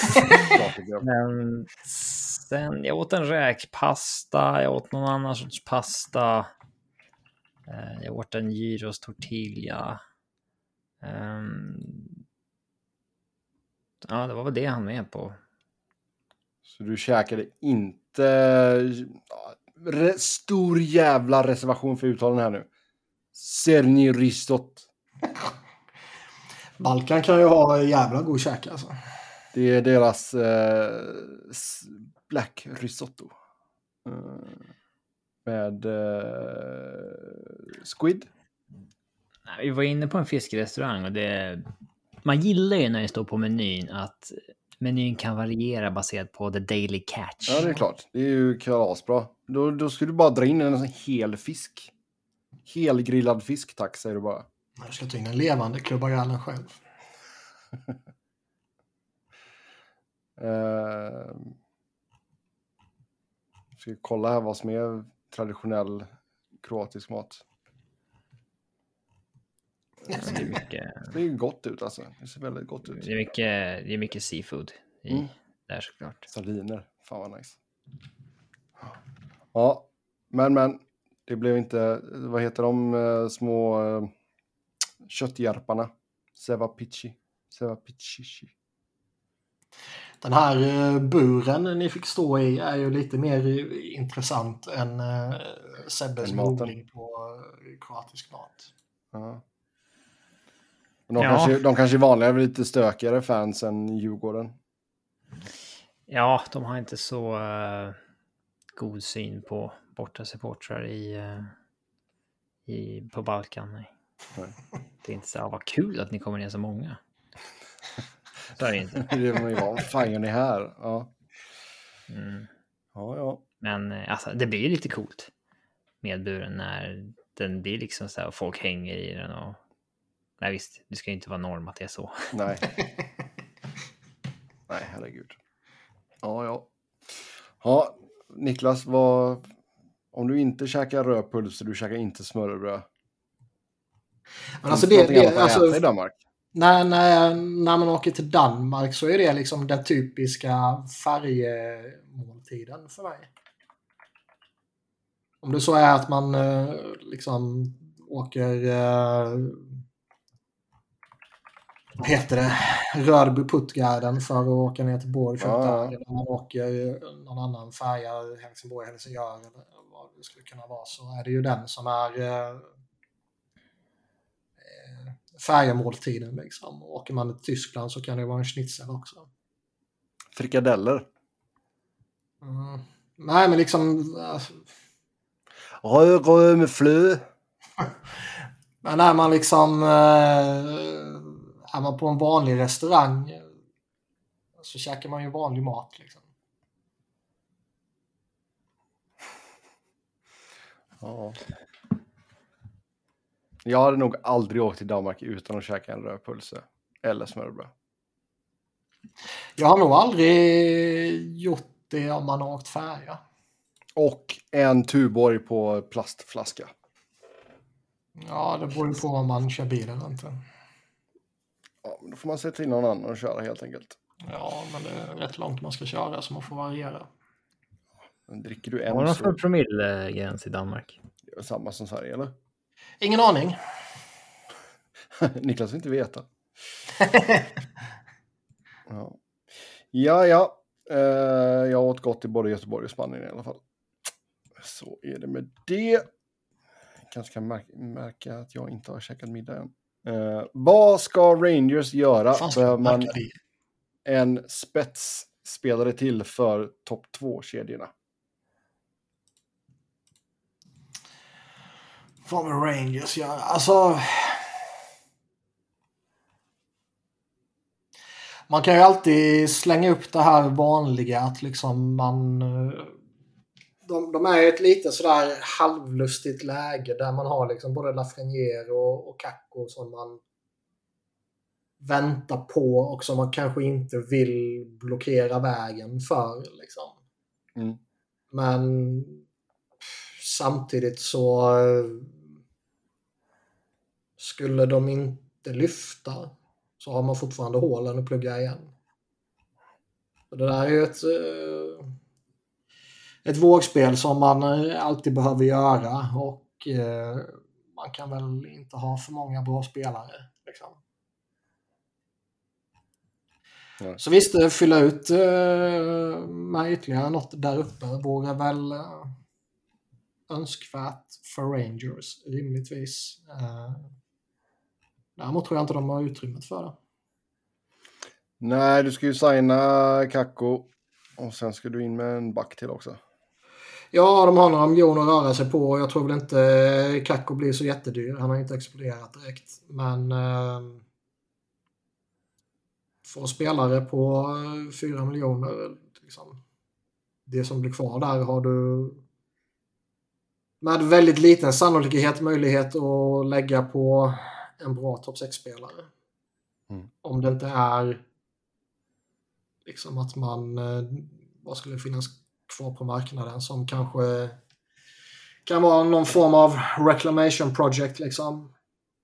Men sen, jag åt en räkpasta, jag åt någon annan sorts pasta. Jag åt en gyros tortilla. Ja, det var väl det han med på. Så du käkade inte... stor jävla reservation för uttalen här nu. Serni ristot. Balkan kan ju ha jävla god käk alltså. Det är deras black risotto. Med squid. Vi var inne på en fiskrestaurang och man gillar ju när det står på menyn att menyn kan variera baserat på the daily catch. Ja, det är klart. Det är ju kalasbra. Då skulle du bara dra in en hel fisk. Helgrillad fisk, tack, säger du bara. Jag ska ta in en levande klubba gallen själv. Ska kolla här vad som är traditionell kroatisk mat. Det är mycket... Det är gott ut alltså. Det ser väldigt gott ut. Det är mycket seafood i där såklart. Sardiner. Fan vad nice. Ja, men det blev inte, vad heter de små köttjärparna? Cevapici. Den här buren ni fick stå i är ju lite mer intressant än Sebbes googling på kroatisk mat. Ja. De kanske är vanligare, lite stökigare fans än Djurgården. Ja, de har inte så god syn på borta supportrar på Balkan. Nej. Det är inte så vad kul att ni kommer ner så många. Så är det inte. Vad fan gör ni här? Ja. Ja. Men alltså, det blir lite coolt med buren när den blir liksom så här och folk hänger i den och nej visst, det ska inte vara norm att det är så. Nej. Nej, herregud. Ja. Ja, Niklas, om du inte käkar rödpuls så du käkar inte smörrebröd. Men alltså det alltså, i Danmark. När man åker till Danmark så är det liksom den typiska färjemåltiden för mig. Om det så är att man liksom åker vad heter det? Rödby Puttgarden för att åka ner till Borg. Eller man åker någon annan färja, Helsingborg, Helsingör eller vad det skulle kunna vara, så är det ju den som är färjemåltiden liksom. Åker man till Tyskland så kan det vara en schnitzel också. Frikadeller. Nej, men liksom röd med flö. Men när man liksom är man på en vanlig restaurang så käkar man ju vanlig mat liksom. Ja. Jag hade nog aldrig åkt till Danmark utan att käka en rödpulse eller smörrebröd. Jag har nog aldrig gjort det om man har åkt färja. Och en Tuborg på plastflaska. Ja, det beror ju på om man kör bil eller inte. Ja, men då får man se till någon annan och köra helt enkelt. Ja, men det är rätt långt man ska köra så man får variera. Men dricker du en Vad är det så... för promillegräns i Danmark? Det är samma som Sverige, eller? Ingen aning. Niklas vill inte veta. Ja. Jag åt gott i både Göteborg och Spanien i alla fall. Så är det med det. Kanske kan märka att jag inte har käkat middag än. Vad ska Rangers göra? Behöver man en spetsspelare till för topp 2-kedjorna? Vad med Rangers gör? Alltså... Man kan ju alltid slänga upp det här vanliga att liksom man de är i ett lite sådär halvlustigt läge där man har liksom både Lafreniere och Kakko som man väntar på och som man kanske inte vill blockera vägen för. Liksom. Men samtidigt så skulle de inte lyfta så har man fortfarande hålen att plugga igen. Så det där är ju ett vågspel som man alltid behöver göra och man kan väl inte ha för många bra spelare. Liksom. Ja. Så visst, fylla ut med ytterligare något där uppe vore väl önskvärt för Rangers, rimligtvis. Däremot tror jag inte de har utrymmet för det. Nej, du ska ju signa Kakko och sen ska du in med en back till också. Ja, de har några miljoner att röra sig på. Jag tror väl inte Kakko blir så jättedyr. Han har inte exploderat direkt. Men få spelare på 4 miljoner. Liksom. Det som blir kvar där har du med väldigt liten sannolikhet möjlighet att lägga på en bra topp 6-spelare. Om det inte är liksom att man vad skulle finnas kvar på marknaden som kanske kan vara någon form av reclamation project liksom.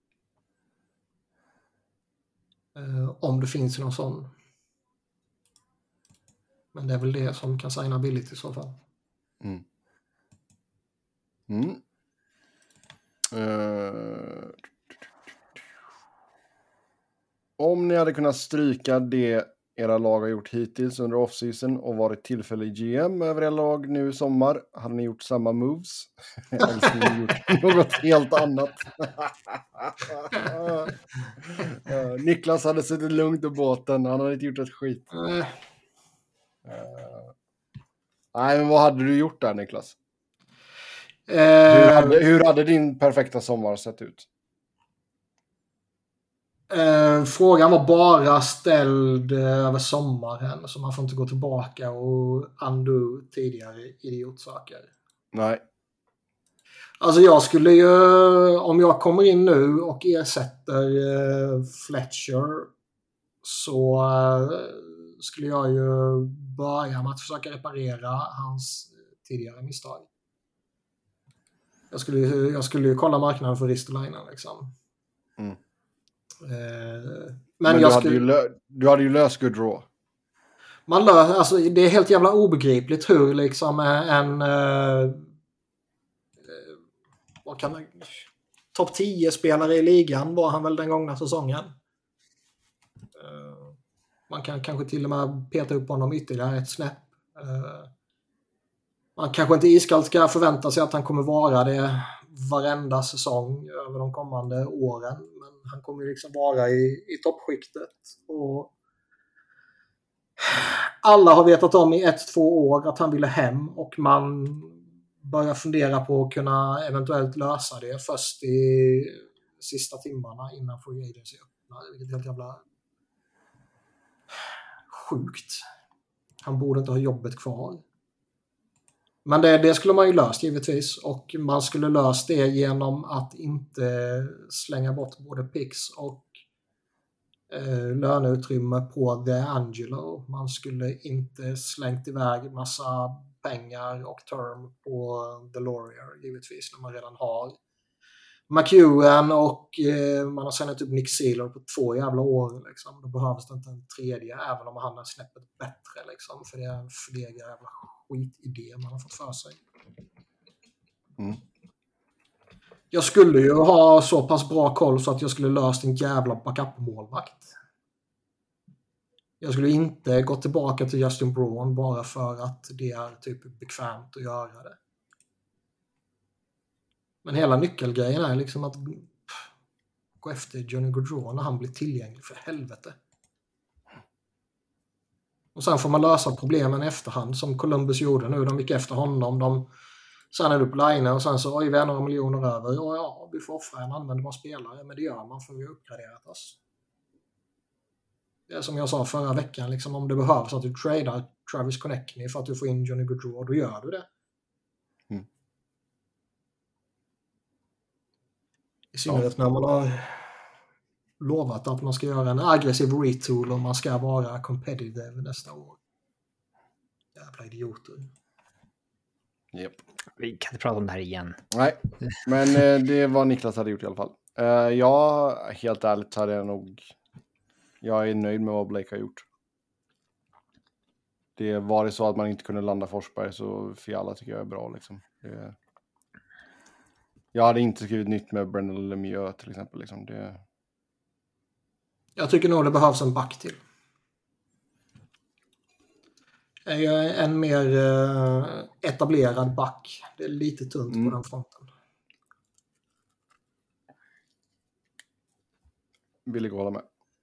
Om det finns någon sån. Men det är väl det som kan signa billigt i så fall. Om ni hade kunnat stryka det era lag har gjort hittills under offseason och varit tillfällig GM över era lag nu i sommar, hade ni gjort samma moves? Eller skulle ni gjort något helt annat? Niklas hade suttit lugnt i båten. Han hade inte gjort ett skit. Nej, men vad hade du gjort där, Niklas? Hur hade din perfekta sommar sett ut? Frågan var bara ställd över sommaren så man får inte gå tillbaka och undo tidigare idiotsaker. Nej. Alltså jag skulle ju, om jag kommer in nu och ersätter Fletcher så skulle jag ju börja med att försöka reparera hans tidigare misstag. Jag skulle ju kolla marknaden för Ristolainen liksom. Men jag du hade ju löst Gaudreau. Alltså det är helt jävla obegripligt hur liksom en vad kan topp 10 spelare i ligan var han väl den gångna säsongen. Man kan kanske till och med peta upp honom ytterligare ett snäpp. Man kanske inte iskallt ska förvänta sig att han kommer vara det varenda säsong över de kommande åren. Men han kommer ju liksom vara i toppskiktet. Och alla har vetat om i 1-2 år att han ville hem. Och man börjar fundera på att kunna eventuellt lösa det först i sista timmarna innan free agency öppnar. Vilket är helt jävla sjukt. Han borde inte ha jobbet kvar. Men det skulle man ju löst givetvis. Och man skulle löst det genom att inte slänga bort både picks och löneutrymme på The Angelo. Man skulle inte slängt iväg massa pengar och term på The Laurier givetvis när man redan har McEwen och man har signat upp Nick Sealer på 2 jävla år liksom. Då behövs det inte en tredje även om han har snäppet bättre liksom. För det är en förlegad jävla skitidé man har fått för sig. Jag skulle ju ha så pass bra koll så att jag skulle löst en jävla backup-målvakt. Jag skulle inte gå tillbaka till Justin Braun bara för att det är typ bekvämt att göra det. Men hela nyckelgrejen är liksom att gå efter Johnny Gaudreau när han blir tillgänglig för helvete. Och sen får man lösa problemen i efterhand som Columbus gjorde nu. De gick efter honom. De signade upp Line och sen så vi har några miljoner över. Och ja, vi får offra en användbar spelare. Men det gör man för vi har uppgraderat oss. Det är som jag sa förra veckan. Liksom, om det behövs att du tradar Travis Konechny för att du får in Johnny Gaudreau, då gör du det. I synnerhet när man har lovat att man ska göra en aggressiv retool och man ska vara competitive nästa år. Jävla idioter. Yep. Vi kan inte prata om det här igen. Nej, men det var Niklas hade gjort i alla fall. Jag, helt ärligt, hade jag nog... Jag är nöjd med vad Blake har gjort. Det var det så att man inte kunde landa Forsberg, så Fiala tycker jag är bra. Liksom. Jag hade inte skrivit nytt med Brendan Lemieux till exempel. Liksom. Jag tycker nog det behövs en back till. En mer etablerad back. Det är lite tunt på den fronten. Vill jag hålla med.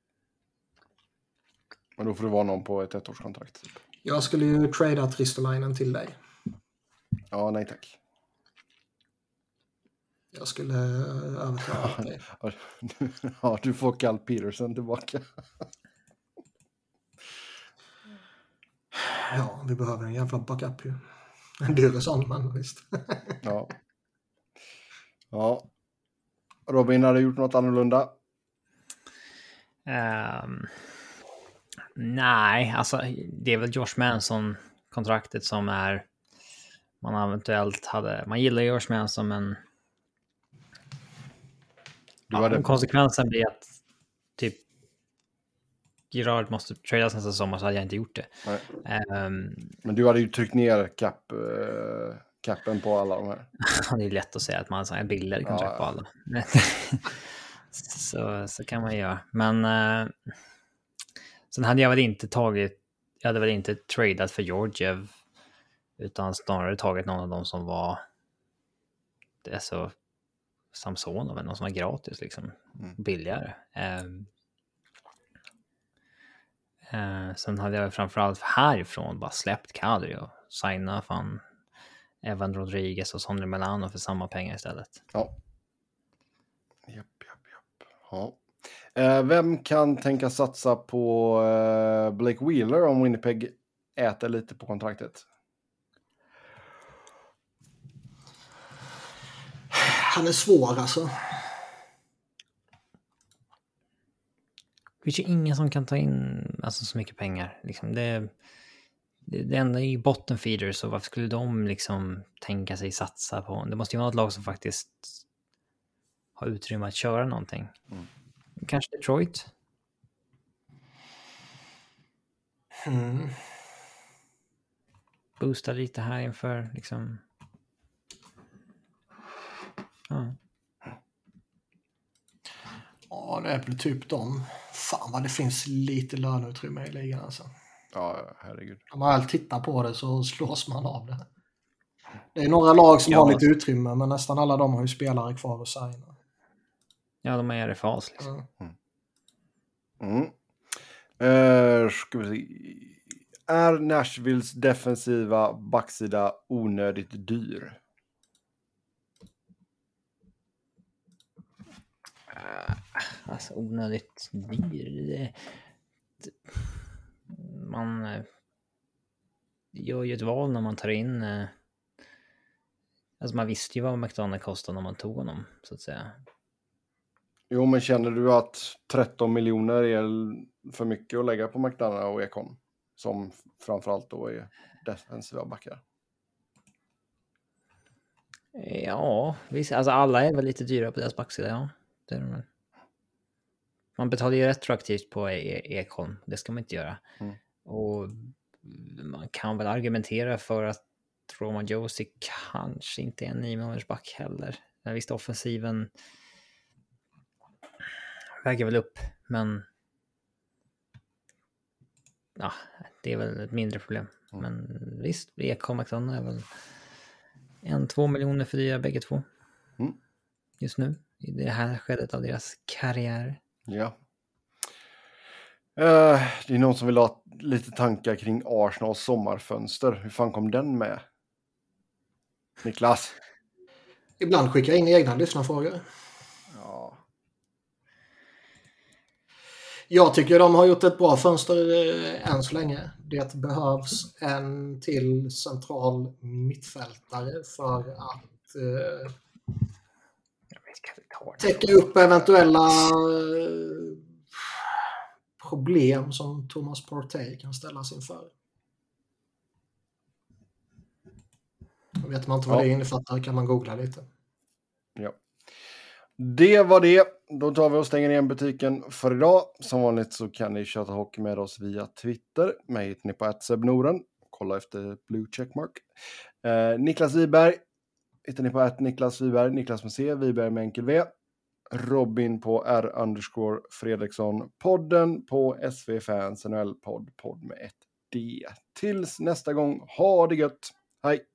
Men då får det vara någon på ett ettårskontrakt. Typ. Jag skulle ju trada Ristolainen till dig. Ja, nej tack. Jag skulle övertala dig. Ja, du får Cal Peterson tillbaka. Ja, vi behöver en jävla backup ju. En dyr sån, men visst. Ja. Ja. Robin, hade gjort något annorlunda? Nej, alltså det är väl Josh Manson-kontraktet som är... Man eventuellt hade... Man gillar Josh Manson, men... Konsekvensen blir att typ Gerard måste tradas nästa sommar, så hade jag inte gjort det. Men du hade ju tryckt ner capen på alla de här. Det är lätt att säga att man har billigare kontrakt på alla. så kan man göra. Men sen hade jag väl inte tradat för Georgiev, utan snarare tagit någon av dem som var så Samsonov, någon som var gratis liksom, billigare. Sen hade jag framförallt härifrån bara släppt Kadri och signa fan Evan Rodriguez och Sonny Milano för samma pengar istället. Ja. Japp. Ja. Vem kan tänka satsa på Blake Wheeler om Winnipeg äter lite på kontraktet? Han är svår alltså. Det finns ju ingen som kan ta in alltså, så mycket pengar. Liksom, det enda är ju bottenfeeder, så varför skulle de liksom tänka sig satsa på? Det måste ju vara ett lag som faktiskt har utrymme att köra någonting. Kanske Detroit? Boosta lite här inför liksom... Ja, det är väl typ de. Fan vad det finns lite löneutrymme i ligan alltså. Ja, herregud. Om man väl tittar på det så slås man av det. Det är några lag som har lite utrymme, men nästan alla de har ju spelare kvar att signa. Ja, de är i fas liksom. Ska vi se. Är Nashvilles defensiva backsida onödigt dyr? Alltså onödigt dyr. Man gör ju ett val när man tar in... Alltså man visste ju vad McDonough kostade när man tog honom, så att säga. Jo, men känner du att 13 miljoner är för mycket att lägga på McDonough och Ekholm? Som framförallt då är defensiva backar. Ja, visst. Alltså alla är väl lite dyra på deras backsida, ja. Det är de väl. Man betalar ju retroaktivt på Ekholm. Det ska man inte göra. Och man kan väl argumentera för att Roman Josi kanske inte är en 9-månaders back heller. Visst, offensiven väger väl upp, men ja, det är väl ett mindre problem. Men visst, Ekholm och McDonough är väl 1-2 miljoner för dyra bägge två. Just nu, i det här skedet av deras karriär. Ja. Det är någon som vill ha lite tankar kring Arsenals sommarfönster. Hur fan kom den med? Niklas? Ibland skickar jag in egna lyssnarfrågor. Ja. Jag tycker de har gjort ett bra fönster än så länge. Det behövs en till central mittfältare för att... wildcard. Täcka upp eventuella problem som Thomas Partey kan ställas inför. Vet man inte vad det innefattar kan man googla lite. Ja. Det var det. Då tar vi och stänger igen butiken för idag. Som vanligt så kan ni köta hockey med oss via Twitter. Mig hittar ni på @sebnoren. Kolla efter blue checkmark. Niklas Wiberg hittar ni på @Niklas Wiberg. Niklas med C, Wiberg med enkel V. Robin på R_Fredriksson. Podden på SV Fans NHL podd med ett D. Tills nästa gång, ha det gött. Hej!